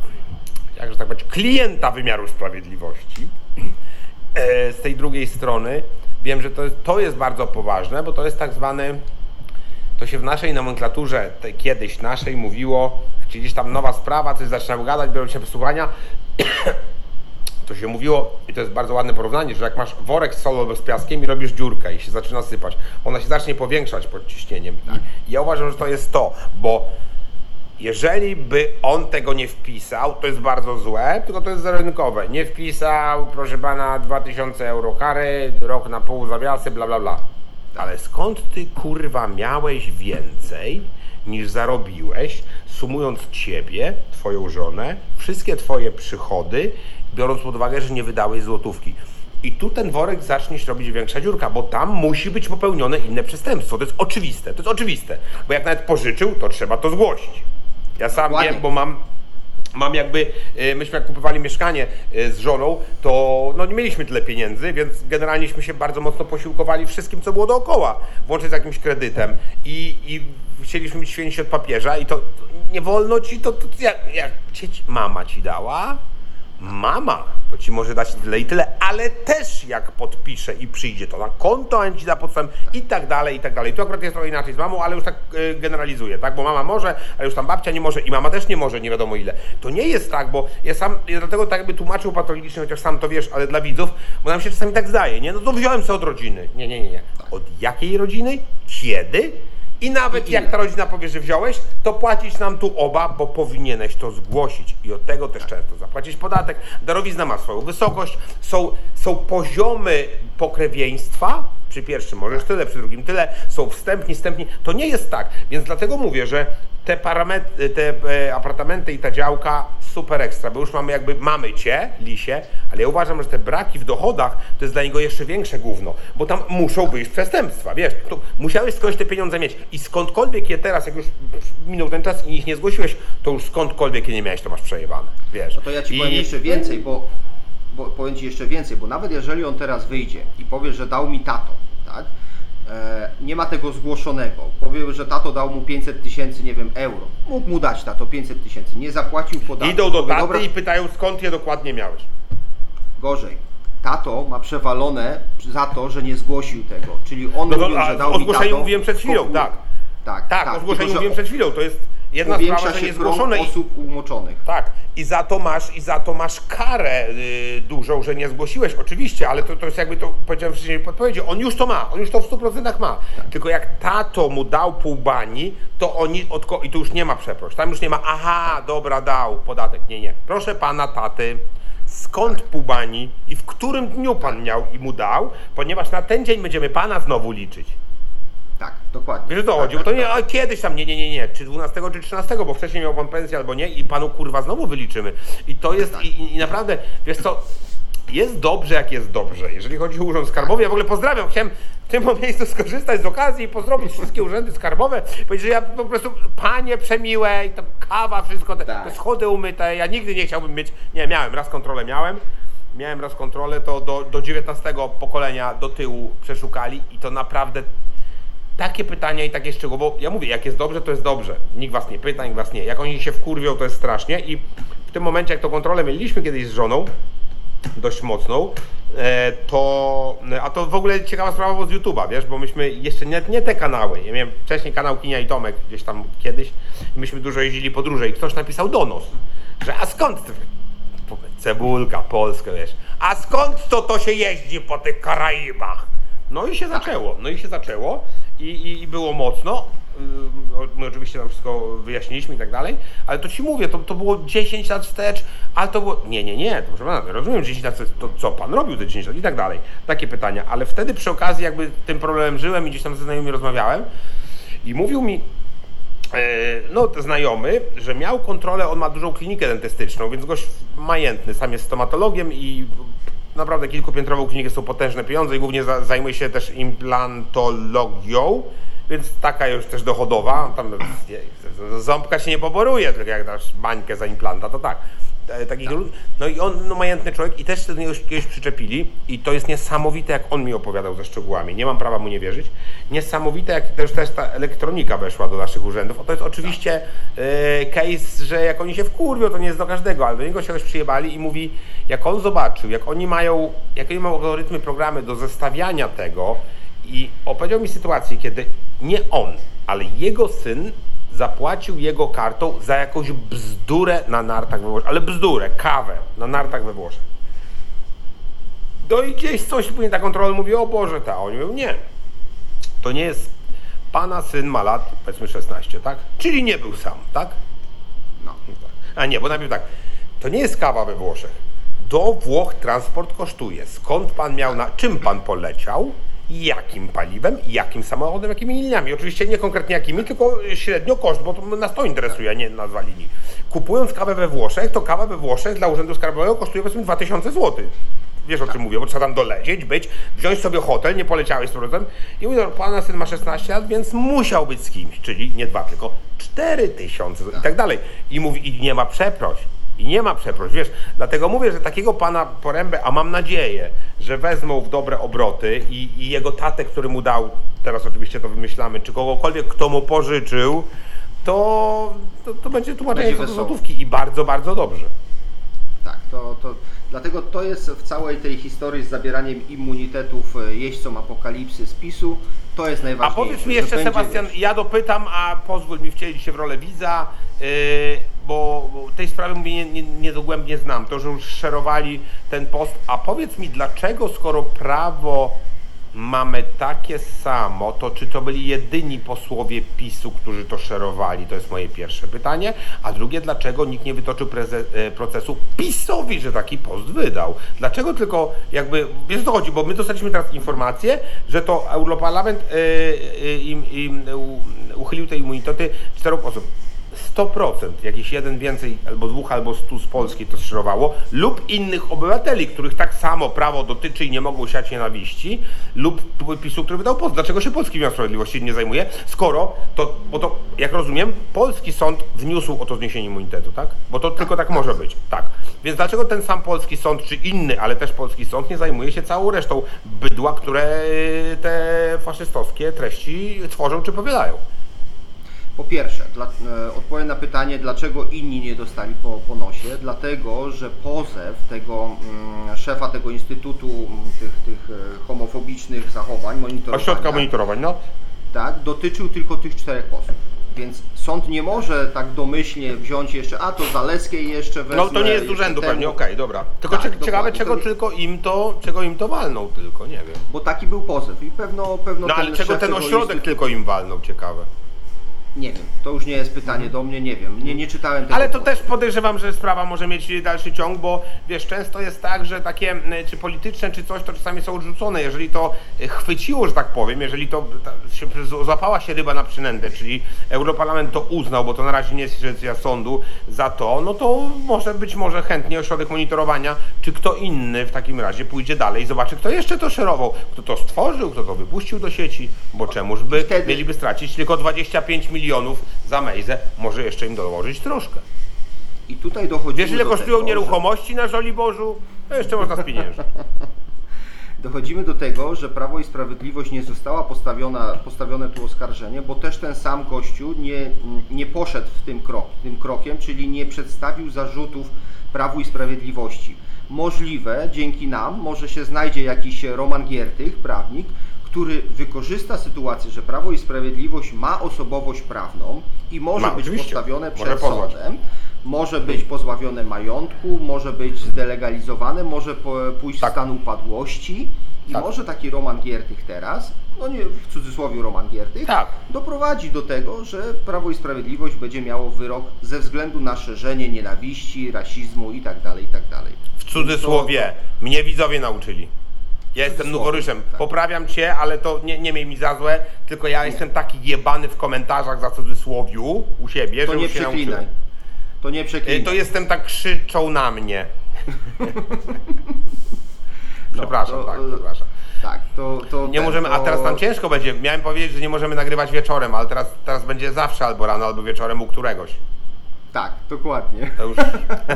A: jakże tak powiedzieć, klienta wymiaru sprawiedliwości, e, z tej drugiej strony, wiem, że to jest, to jest bardzo poważne, bo to jest tak zwany, to się w naszej nomenklaturze, tej, kiedyś naszej, mówiło, czy gdzieś tam nowa sprawa, coś zaczynało gadać, biorą się wysłuchania, to się mówiło, i to jest bardzo ładne porównanie, że jak masz worek z solą z piaskiem i robisz dziurkę i się zaczyna sypać, ona się zacznie powiększać pod ciśnieniem. I ja uważam, że to jest to, bo jeżeli by on tego nie wpisał, to jest bardzo złe, tylko to jest zarynkowe. Nie wpisał, proszę pana, dwa tysiące euro kary, rok na pół zawiasy, bla bla bla. Ale skąd ty, kurwa, miałeś więcej niż zarobiłeś, sumując ciebie, twoją żonę, wszystkie twoje przychody, biorąc pod uwagę, że nie wydałeś złotówki. I tu ten worek zacznie się robić większa dziurka, bo tam musi być popełnione inne przestępstwo. To jest oczywiste, to jest oczywiste. Bo jak nawet pożyczył, to trzeba to zgłosić. Ja sam
B: Dokładnie.
A: wiem, bo mam, mam jakby, y, myśmy jak kupowali mieszkanie y, z żoną, to no nie mieliśmy tyle pieniędzy, więc generalnieśmy się bardzo mocno posiłkowali wszystkim, co było dookoła, włącznie z jakimś kredytem. I, i chcieliśmy być święci od papieża i to, to nie wolno ci, to, to, to jak, jak cię ci- mama ci dała, mama to ci może dać tyle i tyle, ale też jak podpisze i przyjdzie to na konto, a ci da podstawę i tak dalej, i tak dalej. Tu akurat jest trochę inaczej z mamą, ale już tak y, generalizuję, tak? Bo mama może, ale już tam babcia nie może i mama też nie może, nie wiadomo ile. To nie jest tak, bo ja sam, ja dlatego tak jakby tłumaczył patologicznie, chociaż sam to wiesz, ale dla widzów, bo nam się czasami tak zdaje, nie? No to wziąłem sobie od rodziny. Nie, nie, nie, nie. Od jakiej rodziny? Kiedy? I nawet
B: I
A: jak
B: ile?
A: ta rodzina powie, że wziąłeś, to płacić nam tu oba, bo powinieneś to zgłosić. I od tego też często zapłacić podatek. Darowizna ma swoją wysokość, są, są poziomy pokrewieństwa. Przy pierwszym możesz tyle, przy drugim tyle, są wstępni, wstępni. To nie jest tak, więc dlatego mówię, że te, parametry, te e, apartamenty i ta działka super ekstra, bo już mamy jakby, mamy cię, lisie, ale ja uważam, że te braki w dochodach to jest dla niego jeszcze większe gówno, bo tam muszą wyjść przestępstwa, wiesz, to musiałeś skądś te pieniądze mieć i skądkolwiek je teraz, jak już minął ten czas i ich nie zgłosiłeś, to już skądkolwiek je nie miałeś, to masz przejebane, wiesz.
B: No to ja ci
A: I-
B: powiem jeszcze więcej, bo, bo powiem ci jeszcze więcej, bo nawet jeżeli on teraz wyjdzie i powie, że dał mi tato, tak? E, nie ma tego zgłoszonego. Powie, że tato dał mu pięćset tysięcy, nie wiem, euro. Mógł mu dać tato pięćset tysięcy, nie zapłacił podatku.
A: Idą do
B: Powie,
A: taty
B: dobra,
A: i pytają, skąd je dokładnie miałeś.
B: gorzej. Tato ma przewalone za to, że nie zgłosił tego. Czyli on
A: No to,
B: mówił,
A: a,
B: że dał
A: o
B: mi
A: zgłoszeniu
B: tato,
A: mówiłem przed chwilą,
B: skopu-
A: tak.
B: Tak,
A: Tak, o zgłoszeniu
B: tylko, że
A: mówiłem przed chwilą, to jest jedna
B: powiększa
A: sprawa, że
B: się
A: nie
B: krąg
A: zgłoszone. i-
B: osób umoczonych.
A: Tak, i za to masz, i za to masz karę y, dużą, że nie zgłosiłeś, oczywiście, ale to, to jest jakby to powiedziałem wcześniej w podpowiedzi, on już to ma, on już to w stu procentach ma. Tylko jak tato mu dał pół bani, to oni odko- i tu już nie ma przeproś, tam już nie ma, aha, dobra, dał podatek, nie, nie. Proszę pana taty, skąd pół bani i w którym dniu pan miał i mu dał, ponieważ na ten dzień będziemy pana znowu liczyć.
B: Tak, dokładnie.
A: Wiesz o co
B: tak,
A: chodzi?
B: tak,
A: Bo to nie,
B: tak.
A: a kiedyś tam, nie, nie, nie, nie, czy dwunastego, czy trzynastego, bo wcześniej miał pan pensję albo nie i panu kurwa znowu wyliczymy. I to jest,
B: Tak.
A: i, i naprawdę, wiesz co, jest dobrze jak jest dobrze. Jeżeli chodzi o Urząd Skarbowy, ja w ogóle pozdrawiam, chciałem w tym miejscu skorzystać z okazji i pozdrowić wszystkie urzędy skarbowe, powiedzieć, że ja po prostu, panie przemiłe i tam kawa, wszystko, te,
B: Tak.
A: te schody umyte, ja nigdy nie chciałbym mieć, nie, miałem, raz kontrolę miałem, miałem raz kontrolę, to do, do dziewiętnastego pokolenia do tyłu przeszukali i to naprawdę takie pytania i takie szczegóły, bo ja mówię, jak jest dobrze, to jest dobrze. Nikt was nie pyta, nikt was nie. Jak oni się wkurwią, to jest strasznie i w tym momencie, jak tą kontrolę mieliśmy kiedyś z żoną, dość mocną, e, to, a to w ogóle ciekawa sprawa było z YouTube'a, wiesz, bo myśmy jeszcze nie, nie te kanały, ja miałem wcześniej kanał Kinia i Tomek gdzieś tam kiedyś i myśmy dużo jeździli podróże i ktoś napisał donos, że a skąd ty, cebulka, Polska, wiesz, a skąd to to się jeździ po tych Karaibach? No i się zaczęło, no i się zaczęło i, i, i było mocno. Yy, My oczywiście tam wszystko wyjaśniliśmy i tak dalej, ale to ci mówię, to, to było dziesięć lat wstecz, ale to było, nie, nie, nie, to proszę pana, rozumiem, że dziesięć lat wstecz, to co pan robił te dziesięć lat i tak dalej, takie pytania, ale wtedy przy okazji jakby tym problemem żyłem i gdzieś tam ze znajomymi rozmawiałem i mówił mi, no znajomy, że miał kontrolę, on ma dużą klinikę dentystyczną, więc gość majętny, sam jest stomatologiem i naprawdę kilkupiętrową klinikę, są potężne pieniądze i głównie za, zajmuje się też implantologią, więc taka już też dochodowa, tam nie, ząbka się nie poboruje, tylko jak dasz bańkę za implanta, to tak. Takich ludzi. No i on, no majętny człowiek i też się do niego kiedyś przyczepili i to jest niesamowite, jak on mi opowiadał ze szczegółami, nie mam prawa mu nie wierzyć, niesamowite, jak też, też ta elektronika weszła do naszych urzędów, o, to jest oczywiście e, case, że jak oni się wkurwią, to nie jest do każdego, ale do niego się ktoś przyjebali i mówi, jak on zobaczył, jak oni mają, jak oni mają algorytmy, programy do zestawiania tego i opowiedział mi sytuację, kiedy nie on, ale jego syn zapłacił jego kartą za jakąś bzdurę na nartach we Włoszech, ale bzdurę, kawę na nartach we Włoszech. No i gdzieś coś później ta kontrola mówi, o Boże, ta, a oni mówią, nie, to nie jest, pana syn ma lat, powiedzmy szesnaście, tak? Czyli nie był sam, tak?
B: No.
A: A nie, bo najpierw tak, to nie jest kawa we Włoszech. Do Włoch transport kosztuje. Skąd pan miał, na czym pan poleciał? Jakim paliwem, jakim samochodem, jakimi liniami. Oczywiście nie konkretnie jakimi, tylko średnio koszt, bo to nas to interesuje, a nie nazwa linii. Kupując kawę we Włoszech, to kawa we Włoszech dla Urzędu Skarbowego kosztuje powiedzmy dwa tysiące złotych. Wiesz o czym mówię, bo trzeba tam dolecieć, być, wziąć sobie hotel, nie poleciałeś z powrotem i mówię, pana syn ma szesnaście lat, więc musiał być z kimś, czyli nie dwa, tylko cztery tysiące i tak dalej. I mówi, i nie ma przeproś. I nie ma przeproś, wiesz, dlatego mówię, że takiego pana Porębę, a mam nadzieję, że wezmą w dobre obroty i, i jego tatę, który mu dał, teraz oczywiście to wymyślamy, czy kogokolwiek, kto mu pożyczył, to, to, to będzie tłumaczenie
B: Będzie
A: co do
B: wesoło.
A: złotówki i bardzo, bardzo dobrze.
B: Tak, to, to dlatego to jest w całej tej historii z zabieraniem immunitetów jeźdźcom apokalipsy z PiSu, to jest
A: A
B: najważniejsze.
A: powiedz mi
B: że
A: jeszcze,
B: będzie-
A: Sebastian, ja dopytam, a pozwól mi wcielić się w rolę widza, yy, bo, bo tej sprawy mówię, nie, nie, nie dogłębnie znam, to, że już szerowali ten post, a powiedz mi, dlaczego skoro prawo mamy takie samo, to czy to byli jedyni posłowie PiSu, którzy to szerowali? To jest moje pierwsze pytanie. A drugie, dlaczego nikt nie wytoczył preze- e, procesu PiSowi, że taki post wydał? Dlaczego tylko jakby, wiesz o co chodzi, bo my dostaliśmy teraz informację, że to Europarlament e, e, im, im u, uchylił te immunitety czterech osób. sto procent, jakiś jeden więcej, albo dwóch, albo stu z Polski to szerowało, lub innych obywateli, których tak samo prawo dotyczy i nie mogą siać nienawiści, lub PiSu, który wydał post. Dlaczego się polski wymiar sprawiedliwości nie zajmuje, skoro to, bo to, jak rozumiem, polski sąd wniósł o to zniesienie immunitetu, tak? Bo to tylko tak może być, tak. Więc dlaczego ten sam polski sąd, czy inny, ale też polski sąd nie zajmuje się całą resztą bydła, które te faszystowskie treści tworzą czy powielają?
B: Po pierwsze, dla, e, odpowiem na pytanie, dlaczego inni nie dostali po, po nosie. Dlatego, że pozew tego mm, szefa tego Instytutu mm, tych, tych e, homofobicznych zachowań, monitorowania,
A: Ośrodka monitorowań, no.
B: tak, dotyczył tylko tych czterech posłów. Więc sąd nie może tak domyślnie wziąć jeszcze, a to Zalewskiej jeszcze wezmę.
A: No to nie jest z
B: jeszcze
A: urzędu
B: temu.
A: pewnie, okej, dobra. Tylko
B: Tak,
A: cie-
B: dokładnie.
A: ciekawe, czego
B: To-
A: tylko im to, czego im to walnął tylko, nie wiem.
B: Bo taki był pozew i pewno, pewno
A: No ale czego
B: szef
A: ten
B: tego
A: ośrodek
B: instytutu-
A: tylko im walnął, ciekawe.
B: Nie wiem, to już nie jest pytanie do mnie, nie wiem, nie, nie czytałem tego.
A: Ale to też podejrzewam, że sprawa może mieć dalszy ciąg, bo wiesz, często jest tak, że takie czy polityczne, czy coś, to czasami są odrzucone. Jeżeli to chwyciło, że tak powiem, jeżeli to ta, się, złapała się ryba na przynętę, czyli Europarlament to uznał, bo to na razie nie jest decyzja sądu za to, no to może być może chętnie ośrodek monitorowania, czy kto inny w takim razie pójdzie dalej i zobaczy, kto jeszcze to szerował, kto to stworzył, kto to wypuścił do sieci, bo czemuż by
B: wtedy...
A: mieliby stracić tylko dwadzieścia pięć milionów za Mejzę, może jeszcze im dołożyć troszkę.
B: I tutaj dochodzimy
A: Wiesz, ile
B: do
A: kosztują
B: tego,
A: nieruchomości na Żoliborzu? To jeszcze można spieniężyć.
B: Dochodzimy do tego, że Prawo i Sprawiedliwość nie została postawiona, postawione tu oskarżenie, bo też ten sam gościu nie, nie poszedł w tym, krok, tym krokiem, czyli nie przedstawił zarzutów Prawu i Sprawiedliwości. Możliwe, dzięki nam, może się znajdzie jakiś Roman Giertych, prawnik, który wykorzysta sytuację, że Prawo i Sprawiedliwość ma osobowość prawną i może
A: Ma,
B: być
A: oczywiście.
B: postawione
A: Może
B: przed
A: pozwać.
B: sądem, może być pozbawione majątku, może być zdelegalizowane, może po- pójść
A: Tak.
B: w stan upadłości i
A: Tak.
B: może taki Roman Giertych teraz, no nie w cudzysłowie Roman Giertych,
A: Tak.
B: doprowadzi do tego, że Prawo i Sprawiedliwość będzie miało wyrok ze względu na szerzenie nienawiści, rasizmu itd. itd.
A: W cudzysłowie. Mnie widzowie nauczyli. Ja jestem
B: cudzysłowie,
A: noworyszem.
B: tak.
A: Poprawiam cię, ale to nie, nie miej mi za złe, tylko ja jestem taki jebany w komentarzach za cudzysłowiu u siebie,
B: To
A: że
B: nie
A: już się
B: przeklinaj.
A: nauczyłem.
B: To nie przeklinaj.
A: Y, To jestem tak krzyczą na mnie.
B: No,
A: Przepraszam,
B: to,
A: tak,
B: e,
A: przepraszam.
B: Tak, to, to
A: Nie
B: ten,
A: możemy, a
B: to...
A: teraz nam ciężko będzie. Miałem powiedzieć, że nie możemy nagrywać wieczorem, ale teraz, teraz będzie zawsze albo rano, albo wieczorem u któregoś.
B: Tak, dokładnie.
A: To już...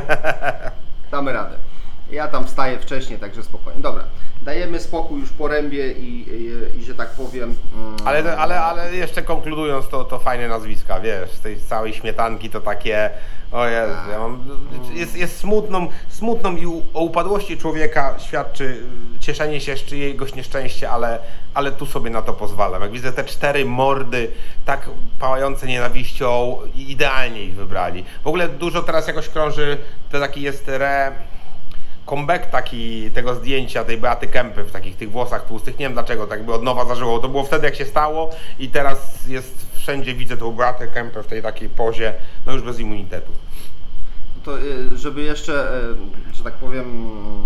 B: Damy radę. Ja tam wstaję wcześniej, także spokojnie. Dobra, dajemy spokój już porębie i, i, i że tak powiem... Mm,
A: Ale, ale, ale jeszcze konkludując, to, to fajne nazwiska, wiesz, z tej całej śmietanki to takie, o Jezu, ja mam, jest, jest smutną, smutną i u, o upadłości człowieka świadczy cieszenie się z czyjegoś nieszczęścia, ale, ale tu sobie na to pozwalam. Jak widzę te cztery mordy tak pałające nienawiścią, idealnie ich wybrali. W ogóle dużo teraz jakoś krąży, to taki jest re... comeback taki tego zdjęcia, tej Beaty Kempy w takich tych włosach tłustych, nie wiem dlaczego, tak by od nowa zażyło. To było wtedy jak się stało i teraz jest wszędzie, widzę tą Beatę Kempę w tej takiej pozie, no już bez immunitetu.
B: To y, żeby jeszcze, y, że tak powiem,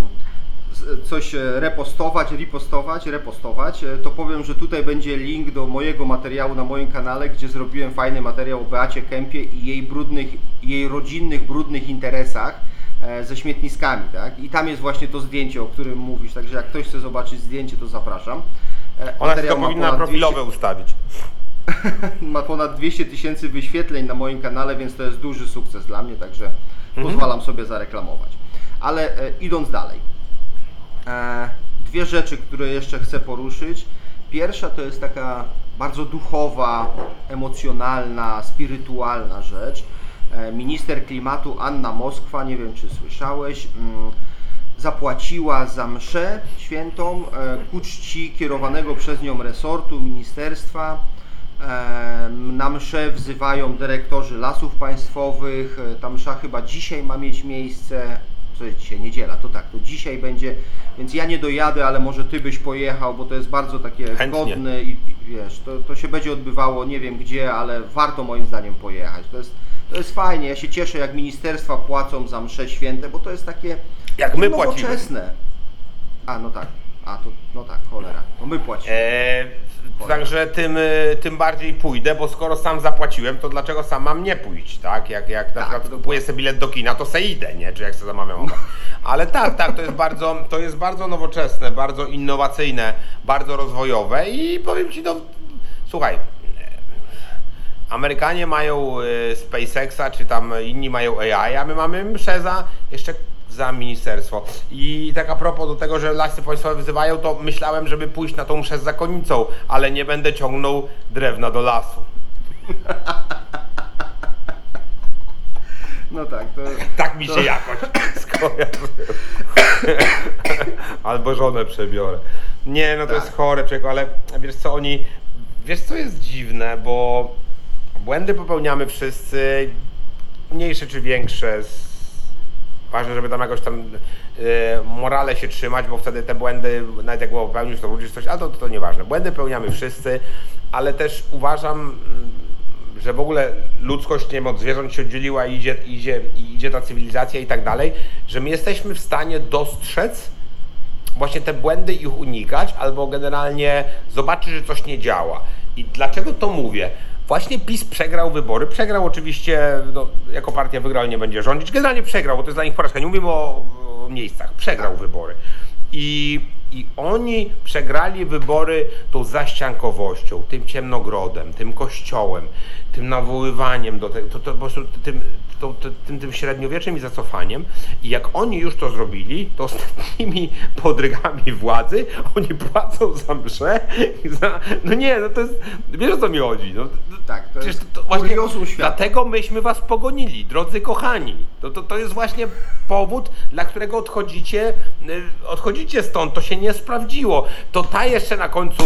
B: z- coś y, repostować, ripostować, repostować, y, to powiem, że tutaj będzie link do mojego materiału na moim kanale, gdzie zrobiłem fajny materiał o Beacie Kempie i jej brudnych, jej rodzinnych, brudnych interesach e, ze śmietniskami, tak? I tam jest właśnie to zdjęcie, o którym mówisz, także jak ktoś chce zobaczyć zdjęcie, to zapraszam. E,
A: Ona
B: materiał
A: tylko
B: ma
A: powinna
B: ponad
A: profilowe ustawić.
B: ma ponad dwieście tysięcy wyświetleń na moim kanale, więc to jest duży sukces dla mnie, także
A: Mhm.
B: pozwalam sobie zareklamować. Ale e, idąc dalej, e, dwie rzeczy, które jeszcze chcę poruszyć. Pierwsza to jest taka bardzo duchowa, emocjonalna, spirytualna rzecz. E, minister klimatu Anna Moskwa, nie wiem czy słyszałeś, mm, zapłaciła za mszę świętą e, ku czci kierowanego przez nią resortu, ministerstwa. E, Na mszę wzywają dyrektorzy lasów państwowych. E, Ta msza chyba dzisiaj ma mieć miejsce. Co jest dzisiaj? Niedziela, to tak, to dzisiaj będzie, więc ja nie dojadę, ale może Ty byś pojechał, bo to jest bardzo takie
A: Chętnie.
B: godne i, i wiesz, to, to się będzie odbywało, nie wiem gdzie, ale warto moim zdaniem pojechać. To jest, to jest fajnie, ja się cieszę jak ministerstwa płacą za msze święte, bo to jest takie
A: Jak my płacimy.
B: nowoczesne. A, no tak, a to, no tak, cholera, no my płacimy.
A: Eee, także tym, y, tym bardziej pójdę, bo skoro sam zapłaciłem, to dlaczego sam mam nie pójść, tak? Jak, jak na
B: Tak,
A: przykład
B: dokładnie.
A: kupuję sobie bilet do kina, to se idę, nie? Czy jak sobie zamawiam obok. Ale tak, tak, to jest bardzo, to jest bardzo nowoczesne, bardzo innowacyjne, bardzo rozwojowe i powiem Ci, no, słuchaj, Amerykanie mają y, SpaceXa, czy tam inni mają A I, a my mamy mszę za jeszcze za ministerstwo. I tak a propos do tego, że lasy państwowe wyzywają, to myślałem, żeby pójść na tą mszę z zakonnicą, ale nie będę ciągnął drewna do lasu.
B: No tak, to...
A: Tak mi się jakoś skojarzyło. Albo żonę przebiorę. Nie, no to
B: Tak.
A: jest chore, człowieku, ale wiesz co, oni... Wiesz co jest dziwne, bo błędy popełniamy wszyscy, mniejsze czy większe. Ważne, żeby tam jakoś tam yy, morale się trzymać, bo wtedy te błędy, nawet jak popełnisz, to wrócisz coś, a to, to, to nieważne. Błędy popełniamy wszyscy, ale też uważam, że w ogóle ludzkość, nie wiem, od zwierząt się oddzieliła i idzie, idzie, idzie ta cywilizacja i tak dalej, że my jesteśmy w stanie dostrzec właśnie te błędy, ich unikać, albo generalnie zobaczyć, że coś nie działa. I dlaczego to mówię? Właśnie PiS przegrał wybory. Przegrał oczywiście, no, jako partia wygrał, ale nie będzie rządzić. Generalnie przegrał, bo to jest dla nich porażka. Nie mówimy o, o miejscach. Przegrał wybory. I, I oni przegrali wybory tą zaściankowością, tym ciemnogrodem, tym kościołem, tym nawoływaniem do tego, to, to po prostu tym, to, to, tym, tym średniowieczem i zacofaniem. I jak oni już to zrobili, to ostatnimi podrygami władzy oni płacą za mszę. I za, no nie, no to jest, wiesz o co mi chodzi. No,
B: Tak, to
A: przecież
B: jest
A: to, to właśnie
B: kuriozum świata.
A: dlatego myśmy was pogonili, drodzy kochani. To, to, to jest właśnie powód, dla którego odchodzicie, y, odchodzicie stąd. To się nie sprawdziło. To ta jeszcze na końcu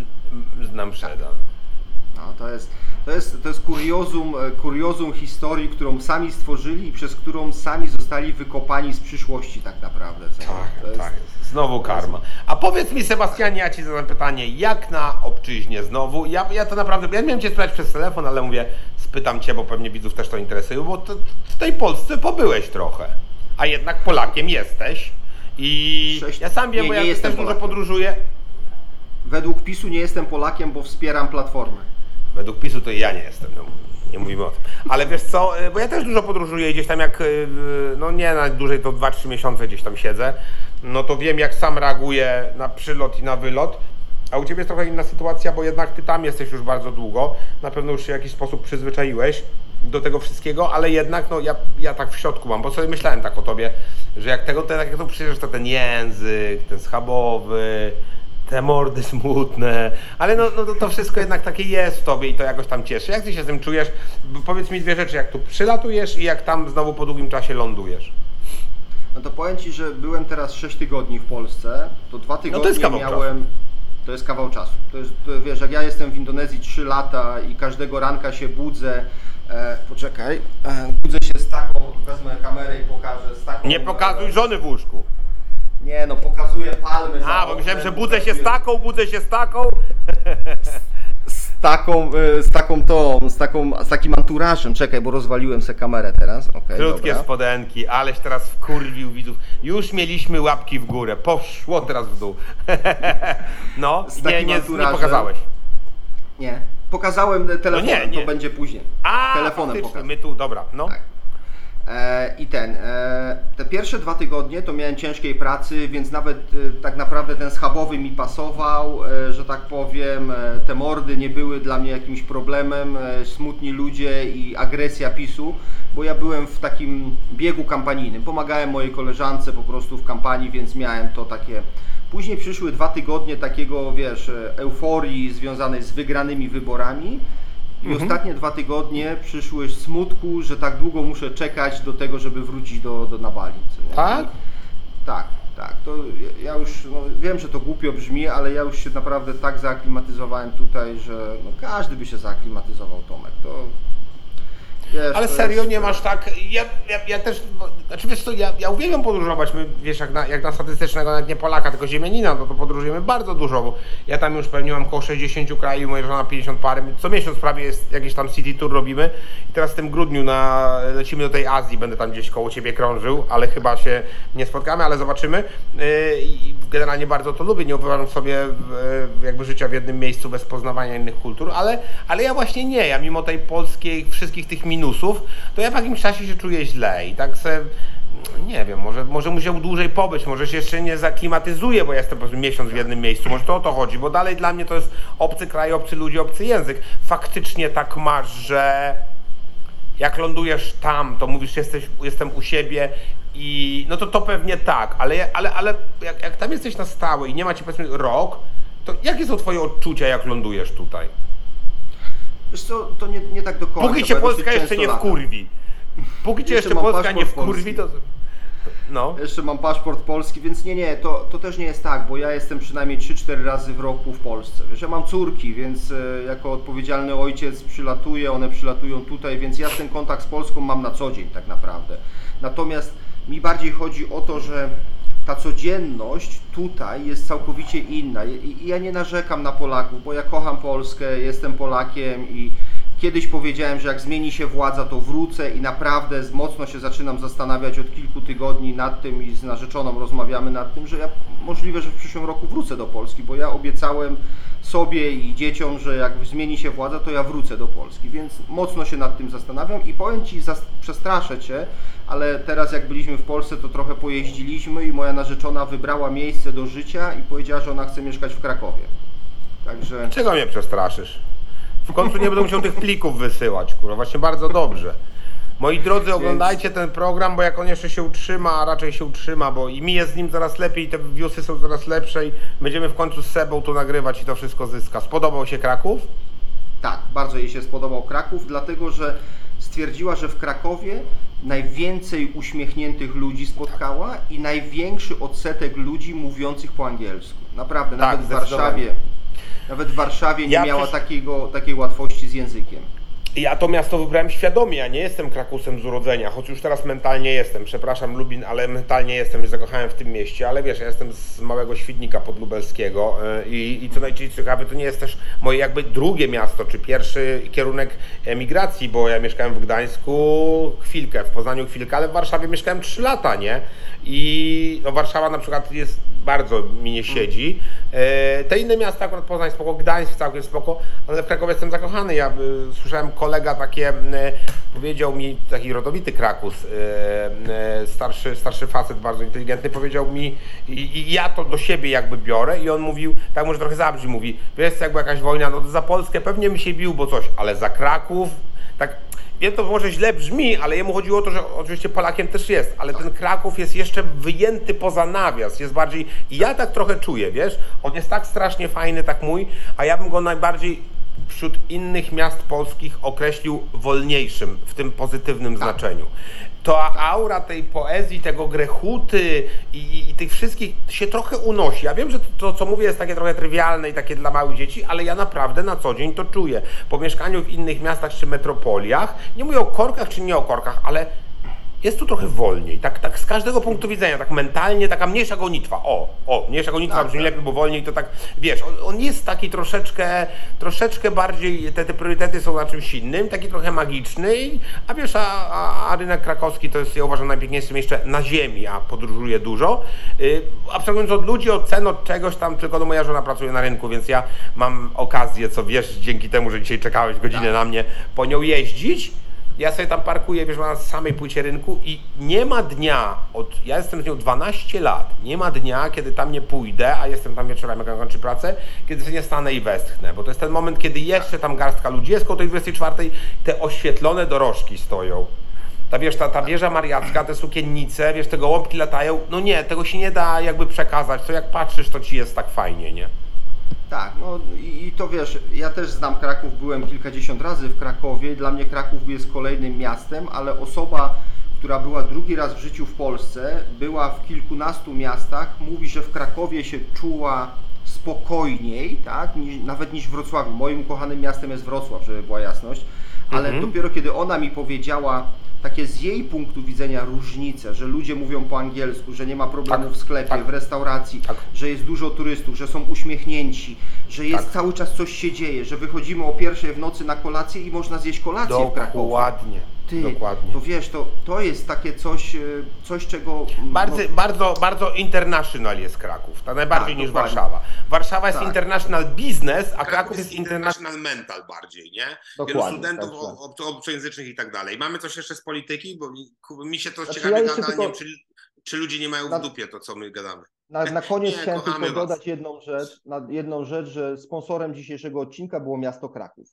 A: y, nam przeda.
B: No, to jest, to jest, to jest kuriozum, e, kuriozum historii, którą sami stworzyli i przez którą sami zostali wykopani z przyszłości tak naprawdę. Co?
A: Tak,
B: to jest,
A: tak. Znowu karma. A powiedz mi, Sebastianie, ja ci zadam pytanie, jak na obczyźnie znowu? Ja, ja to naprawdę, ja miałem cię spytać przez telefon, ale mówię, spytam cię, bo pewnie widzów też to interesuje, bo to w tej Polsce pobyłeś trochę, a jednak Polakiem jesteś. I
B: Sześć-
A: ja sam wiem,
B: nie,
A: bo
B: nie
A: ja
B: jestem
A: też dużo
B: Polakiem.
A: podróżuję.
B: Według PiSu nie jestem Polakiem, bo wspieram Platformę.
A: Według PiSu to ja nie jestem, no, nie mówimy o tym. Ale wiesz co, bo ja też dużo podróżuję i gdzieś tam jak, no nie na dłużej to dwa trzy miesiące gdzieś tam siedzę, no to wiem jak sam reaguję na przylot i na wylot, a u Ciebie jest trochę inna sytuacja, bo jednak Ty tam jesteś już bardzo długo, na pewno już się w jakiś sposób przyzwyczaiłeś do tego wszystkiego, ale jednak no ja, ja tak w środku mam, bo sobie myślałem tak o Tobie, że jak tego, tak jak to przyjdziesz, to ten język, ten schabowy, te mordy smutne, ale no, no to, to wszystko jednak takie jest w Tobie i to jakoś tam cieszy. Jak Ty się z tym czujesz? Bo powiedz mi dwie rzeczy, jak tu przylatujesz i jak tam znowu po długim czasie lądujesz.
B: No to powiem Ci, że byłem teraz sześć tygodni w Polsce, to dwa tygodnie
A: No to jest kawał
B: miałem... To jest kawał czasu. To jest, to, wiesz, jak ja jestem w Indonezji trzy lata i każdego ranka się budzę, e, poczekaj, e, budzę się z taką, wezmę kamerę i pokażę, z taką...
A: Nie pokazuj
B: e,
A: żony w łóżku.
B: Nie no, pokazuję palmy. za
A: A, bo myślałem,
B: oknem,
A: że budzę się z
B: pokazuję-
A: taką, budzę się z taką.
B: Z taką, e, z taką tą, z taką, z takim anturażem. Czekaj, bo rozwaliłem sobie kamerę teraz. Okay,
A: Krótkie
B: dobra.
A: spodenki, aleś teraz wkurwił widzów. Już mieliśmy łapki w górę, poszło teraz w dół. No,
B: Z
A: nie,
B: takim
A: nie, nie
B: anturażem.
A: pokazałeś.
B: Nie, pokazałem e, telefonem,
A: No nie, nie.
B: to będzie później.
A: A,
B: Telefonem
A: faktycznie,
B: pokażę.
A: my tu, dobra, no.
B: Tak. E, I ten, e, te pierwsze dwa tygodnie to miałem ciężkiej pracy, więc nawet e, tak naprawdę ten schabowy mi pasował, e, że tak powiem, e, te mordy nie były dla mnie jakimś problemem, e, smutni ludzie i agresja PiSu, bo ja byłem w takim biegu kampanijnym, pomagałem mojej koleżance po prostu w kampanii, więc miałem to takie... Później przyszły dwa tygodnie takiego, wiesz, e, euforii związanej z wygranymi wyborami. I
A: Mhm.
B: ostatnie dwa tygodnie przyszły smutku, że tak długo muszę czekać do tego, żeby wrócić do, do na Bali. co nie?
A: Tak?
B: Tak, tak. To ja- ja już no, wiem, że to głupio brzmi, ale ja już się naprawdę tak zaaklimatyzowałem tutaj, że no, każdy by się zaaklimatyzował, Tomek. To, wiesz,
A: Ale
B: to
A: serio,
B: jest,
A: nie masz tak, ja, ja, ja też, bo- znaczy wiesz co, ja, ja uwielbiam podróżować, my wiesz, jak na, jak na statystycznego, nawet nie Polaka, tylko ziemianina, to, to podróżujemy bardzo dużo, bo ja tam już pewnie mam około sześćdziesiąt krajów, moja żona pięćdziesiąt parę, co miesiąc prawie jest jakiś tam city tour robimy i teraz w tym grudniu na, lecimy do tej Azji, będę tam gdzieś koło Ciebie krążył, ale chyba się nie spotkamy, ale zobaczymy. Yy, I generalnie bardzo to lubię, nie uważam sobie yy, jakby życia w jednym miejscu bez poznawania innych kultur, ale, ale ja właśnie nie, ja mimo tej polskiej, wszystkich tych minusów, to ja w jakimś czasie się czuję źle i tak se, nie wiem, może, może musiał dłużej pobyć, może się jeszcze nie zaklimatyzuję, bo ja jestem po prostu miesiąc w jednym miejscu, może to o to chodzi, bo dalej dla mnie to jest obcy kraj, obcy ludzie, obcy język. Faktycznie tak masz, że jak lądujesz tam, to mówisz, jesteś, jestem u siebie i no to to pewnie tak, ale, ale, ale jak, jak tam jesteś na stałe i nie ma ci powiedzmy rok, to jakie są twoje odczucia, jak lądujesz tutaj?
B: Wiesz co, to nie, nie tak do końca.
A: Póki
B: bo
A: cię
B: ja
A: Polska
B: dosyć
A: jeszcze nie
B: często latam.
A: wkurwi. Póki cię
B: Jeszcze
A: jeszcze
B: mam
A: Polska nie
B: paszport
A: wkurwi, to... No.
B: Jeszcze mam paszport polski, więc nie, nie, to, to też nie jest tak, bo ja jestem przynajmniej trzy cztery razy w roku w Polsce. Wiesz, ja mam córki, więc e, jako odpowiedzialny ojciec przylatuję, one przylatują tutaj, więc ja ten kontakt z Polską mam na co dzień tak naprawdę. Natomiast mi bardziej chodzi o to, że ta codzienność tutaj jest całkowicie inna i, i ja nie narzekam na Polaków, bo ja kocham Polskę, jestem Polakiem i Kiedyś powiedziałem, że jak zmieni się władza, to wrócę i naprawdę mocno się zaczynam zastanawiać od kilku tygodni nad tym i z narzeczoną rozmawiamy nad tym, że ja możliwe, że w przyszłym roku wrócę do Polski, bo ja obiecałem sobie i dzieciom, że jak zmieni się władza, to ja wrócę do Polski, więc mocno się nad tym zastanawiam i powiem Ci, przestraszę Cię, ale teraz jak byliśmy w Polsce, to trochę pojeździliśmy i moja narzeczona wybrała miejsce do życia i powiedziała, że ona chce mieszkać w Krakowie. Także...
A: Czego mnie przestraszysz? W końcu nie będę musiał tych plików wysyłać, kurwa, właśnie bardzo dobrze. Moi drodzy, oglądajcie ten program, bo jak on jeszcze się utrzyma, a raczej się utrzyma, bo i mi jest z nim coraz lepiej, i te viewsy są coraz lepsze i będziemy w końcu z Sebą tu nagrywać i to wszystko zyska. Spodobał się Kraków?
B: Tak, bardzo jej się spodobał Kraków, dlatego że stwierdziła, że w Krakowie najwięcej uśmiechniętych ludzi spotkała i największy odsetek ludzi mówiących po angielsku. Naprawdę,
A: Tak,
B: nawet w Warszawie, nawet w Warszawie nie
A: Ja
B: miała
A: przecież-
B: takiego, takiej łatwości z językiem.
A: Ja to miasto wybrałem świadomie, ja nie jestem Krakusem z urodzenia, choć już teraz mentalnie jestem, przepraszam Lubin, ale mentalnie jestem, się zakochałem w tym mieście, ale wiesz, ja jestem z małego Świdnika podlubelskiego yy, i, i co najbardziej ciekawe, to nie jest też moje jakby drugie miasto, czy pierwszy kierunek emigracji, bo ja mieszkałem w Gdańsku chwilkę, w Poznaniu chwilkę, ale w Warszawie mieszkałem trzy lata, nie? I no, Warszawa na przykład jest bardzo mi nie siedzi. E, Te inne miasta, akurat Poznań spoko, Gdańsk całkiem spoko, ale w Krakowie jestem zakochany. Ja y, słyszałem kolega takie, y, powiedział mi, taki rodowity Krakus, y, y, starszy, starszy facet, bardzo inteligentny, powiedział mi i, i ja to do siebie jakby biorę i on mówił, tak może trochę zabrzmi, mówi, wiesz co, jakby jakaś wojna, no to za Polskę pewnie mi się bił, bo coś, ale za Kraków, tak. Wiem, to może źle brzmi, ale jemu chodziło o to, że oczywiście Polakiem też jest, ale ten Kraków jest jeszcze wyjęty poza nawias, jest bardziej, i ja tak trochę czuję, wiesz, on jest tak strasznie fajny, tak mój, a ja bym go najbardziej wśród innych miast polskich określił wolniejszym, w tym pozytywnym znaczeniu. To aura tej poezji, tego Grechuty i, i, i tych wszystkich się trochę unosi. Ja wiem, że to, to, co mówię, jest takie trochę trywialne i takie dla małych dzieci, ale ja naprawdę na co dzień to czuję. Po mieszkaniu w innych miastach czy metropoliach, nie mówię o korkach czy nie o korkach, ale jest tu trochę wolniej, tak, tak z każdego punktu widzenia, tak mentalnie, taka mniejsza gonitwa, o, o, mniejsza gonitwa
B: Tak,
A: brzmi
B: tak.
A: lepiej, bo wolniej to tak, wiesz, on, on jest taki troszeczkę, troszeczkę bardziej, te, te priorytety są na czymś innym, taki trochę magiczny, i- a wiesz, a, a, a rynek krakowski to jest, ja uważam, najpiękniejszym jeszcze na ziemi, a podróżuję dużo, yy, abstrahując od ludzi, od cen, od czegoś tam, tylko no moja żona pracuje na rynku, więc ja mam okazję, co wiesz, dzięki temu, że dzisiaj czekałeś godzinę
B: Tak.
A: na mnie, po nią jeździć. Ja sobie tam parkuję, wiesz, na samej płycie rynku i nie ma dnia, od, ja jestem z nią dwanaście lat, nie ma dnia, kiedy tam nie pójdę, a jestem tam wieczorem, jak kończę pracę, kiedy sobie nie stanę i westchnę, bo to jest ten moment, kiedy jeszcze tam garstka ludzi jest, koło tej dwudziestej czwartej te oświetlone dorożki stoją. Ta, wiesz, ta, ta wieża mariacka, te sukiennice, wiesz, te gołąbki latają, no nie, tego się nie da jakby przekazać, to jak patrzysz, to ci jest tak fajnie, nie?
B: Tak, no i i to wiesz, ja też znam Kraków, byłem kilkadziesiąt razy w Krakowie, dla mnie Kraków jest kolejnym miastem, ale osoba, która była drugi raz w życiu w Polsce, była w kilkunastu miastach, mówi, że w Krakowie się czuła spokojniej, tak, niż, nawet niż w Wrocławiu. Moim ukochanym miastem jest Wrocław, żeby była jasność, ale
A: Mhm.
B: dopiero kiedy ona mi powiedziała takie z jej punktu widzenia różnice, że ludzie mówią po angielsku, że nie ma problemu
A: Tak,
B: w sklepie,
A: tak.
B: w restauracji,
A: Tak.
B: że jest dużo turystów, że są uśmiechnięci, że jest
A: Tak.
B: cały czas coś się dzieje, że wychodzimy o pierwszej w nocy na kolację i można zjeść kolację w Krakowie.
A: Dokładnie,
B: Ty,
A: dokładnie.
B: to wiesz, to, to jest takie coś, e, coś czego... mm,
A: Bardzo,
B: no,
A: bardzo, bardzo international jest Kraków, to najbardziej
B: Tak,
A: niż
B: dokładnie.
A: Warszawa. Warszawa jest
B: Tak.
A: international business, a Kraków jest international mental bardziej, nie? Wielu
B: Dokładnie,
A: studentów
B: także.
A: ob- ob- obcojęzycznych i tak dalej. Mamy coś jeszcze z polityki, bo mi, ku- mi się to
B: Znaczy,
A: ciekawie
B: ja jeszcze
A: gada, nie wiem,
B: tylko-
A: czy, czy ludzie nie mają
B: Na-
A: w dupie to, co my gadamy.
B: Na, na koniec
A: Nie,
B: chciałem
A: kochamy
B: tylko
A: was.
B: dodać jedną rzecz, na jedną rzecz, że sponsorem dzisiejszego odcinka było miasto Kraków.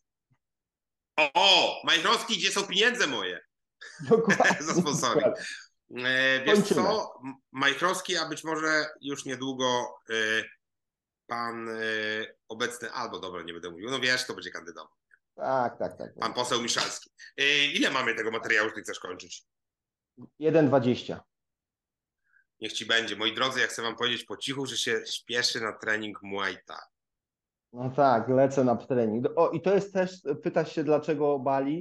A: O, o Majchrowski, gdzie są pieniądze moje?
B: Dokładnie.
A: Za sponsoring.
B: dokładnie.
A: E, wiesz
B: Kończymy.
A: co, M- Majchrowski, a być może już niedługo e, pan e, obecny, albo dobra, nie będę mówił, no wiesz, to będzie kandydat.
B: Tak, tak, tak.
A: Pan poseł Miszalski. E, ile mamy tego materiału, że ty chcesz kończyć?
B: jeden dwadzieścia.
A: Niech ci będzie. Moi drodzy, ja chcę wam powiedzieć po cichu, że się śpieszy na trening Muay Thai.
B: No tak, lecę na trening. O, i to jest też, pytasz się dlaczego Bali?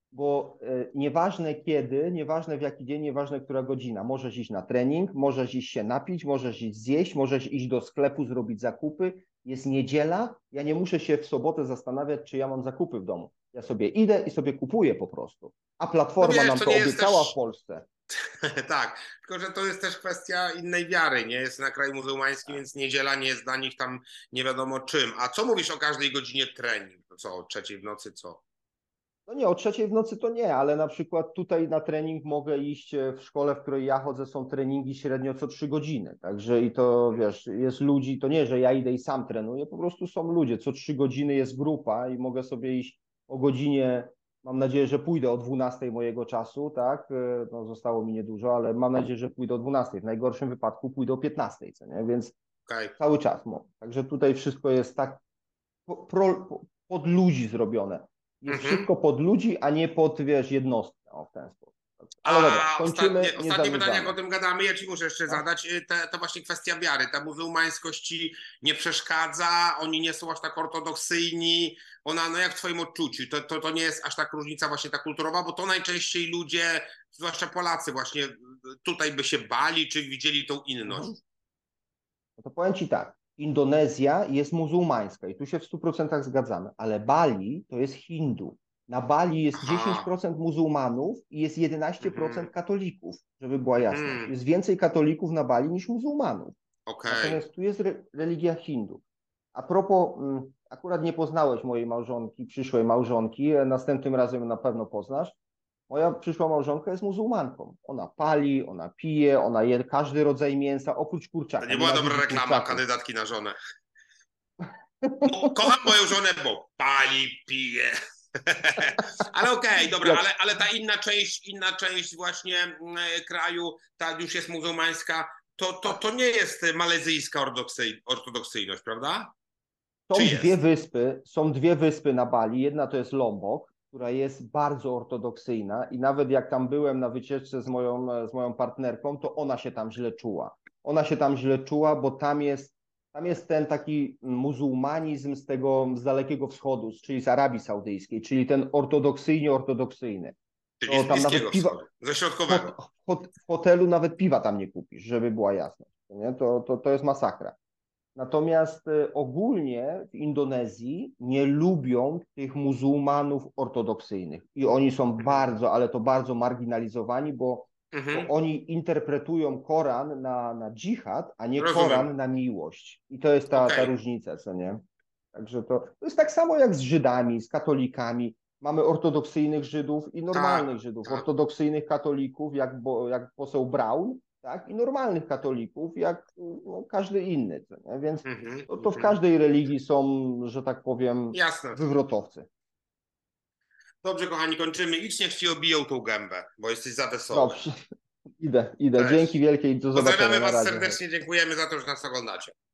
B: bo e, nieważne kiedy, nieważne w jaki dzień, nieważne która godzina, możesz iść na trening, możesz iść się napić, możesz iść zjeść, możesz iść do sklepu, zrobić zakupy. Jest niedziela, ja nie muszę się w sobotę zastanawiać, czy ja mam zakupy w domu. Ja sobie idę i sobie kupuję po prostu. A Platforma
A: No wiesz,
B: nam
A: to
B: to
A: nie jest
B: obiecała
A: też-
B: w Polsce.
A: Tak, tylko że to jest też kwestia innej wiary, nie? Jest na kraju muzułmańskim, więc niedziela nie jest dla nich tam nie wiadomo czym. A co mówisz o każdej godzinie trening? To co, o trzeciej w nocy, co?
B: No nie, o trzeciej w nocy to nie, ale na przykład tutaj na trening mogę iść e, w szkole, w której ja chodzę, są treningi średnio co trzy godziny. Także i to wiesz, jest ludzi, to nie, że ja idę i sam trenuję, po prostu są ludzie. Co trzy godziny jest grupa i mogę sobie iść o godzinie, mam nadzieję, że pójdę o dwunastej mojego czasu, tak? E, No zostało mi niedużo, ale mam nadzieję, że pójdę o dwunastej. W najgorszym wypadku pójdę o piętnastej, co nie? Więc
A: Okej.
B: cały czas mogę. Także tutaj wszystko jest tak po, pro, po, pod ludzi zrobione. Jest
A: Mhm.
B: wszystko pod ludzi, a nie pod, wiesz, jednostkę. O, w ten sposób. Ale dobra,
A: A
B: kończymy,
A: ostatnie,
B: nie
A: ostatnie pytanie, jak o
B: zanudzamy.
A: tym gadamy, ja ci muszę jeszcze
B: Tak?
A: zadać. Y, Te, to właśnie kwestia wiary. Ta muzułmańskość ci nie przeszkadza, oni nie są aż tak ortodoksyjni. Ona, no jak w twoim odczuciu, to, to, to nie jest aż tak różnica właśnie ta kulturowa, bo to najczęściej ludzie, zwłaszcza Polacy właśnie tutaj by się bali, czy widzieli tą inność.
B: Mhm. No to powiem Ci tak. Indonezja jest muzułmańska i tu się w stu procentach zgadzamy, ale Bali to jest Hindu. Na Bali jest
A: Aha.
B: dziesięć procent muzułmanów i jest jedenaście procent
A: Mhm.
B: katolików, żeby była jasność.
A: Mhm.
B: Jest więcej katolików na Bali niż muzułmanów.
A: Okej.
B: Natomiast tu jest re religia Hindu. A propos, mm, akurat nie poznałeś mojej małżonki, przyszłej małżonki, e, następnym razem na pewno poznasz. Moja przyszła małżonka jest muzułmanką. Ona pali, ona pije, ona je każdy rodzaj mięsa, oprócz kurczaka.
A: To nie była dobra
B: Nienawidzi
A: reklama
B: kurczaków.
A: kandydatki na żonę. No, kocham moją żonę, bo pali, pije. Ale okej, dobra,
B: Jak-
A: ale, ale ta inna część, inna część właśnie mm, kraju, ta już jest muzułmańska, to, to, to nie jest malezyjska ortodoksyj, ortodoksyjność, prawda?
B: Są
A: Czy jest?
B: dwie wyspy, są dwie wyspy na Bali. Jedna to jest Lombok, która jest bardzo ortodoksyjna i nawet jak tam byłem na wycieczce z moją, z moją partnerką, to ona się tam źle czuła. Ona się tam źle czuła, bo tam jest, tam jest ten taki muzułmanizm z tego, z Dalekiego Wschodu, czyli z Arabii Saudyjskiej, czyli ten ortodoksyjnie ortodoksyjny.
A: Czyli
B: To
A: z
B: tam nawet
A: Bliskiego
B: piwa-
A: Wschodu, ze
B: W,
A: Środkowego.
B: hot- w, hot- w hotelu nawet piwa tam nie kupisz, żeby była jasność. Nie? To, to, to jest masakra. Natomiast e, ogólnie w Indonezji nie lubią tych muzułmanów ortodoksyjnych i oni są bardzo, ale to bardzo marginalizowani, bo
A: Mhm.
B: to oni interpretują Koran na, na dżihad, a nie
A: Rozumiem.
B: Koran na miłość. I to jest ta, ta
A: Okej.
B: różnica, co nie? Także to, to jest tak samo jak z Żydami, z katolikami. Mamy ortodoksyjnych Żydów i normalnych
A: Tak,
B: Żydów.
A: tak.
B: Ortodoksyjnych katolików, jak, bo, jak poseł Braun, tak? I normalnych katolików, jak no, każdy inny. Co nie? Więc
A: Mhm.
B: to, to w
A: Mhm.
B: każdej religii są, że tak powiem,
A: Jasne.
B: wywrotowcy.
A: Dobrze, kochani, kończymy. Idź, niech ci obiją tą gębę, bo jesteś za wesoły.
B: Dobrze, idę, idę.
A: Cześć.
B: Dzięki wielkie i do zobaczenia.
A: Pozdrawiamy
B: Na
A: was
B: razie.
A: serdecznie, dziękujemy za to, że nas oglądacie.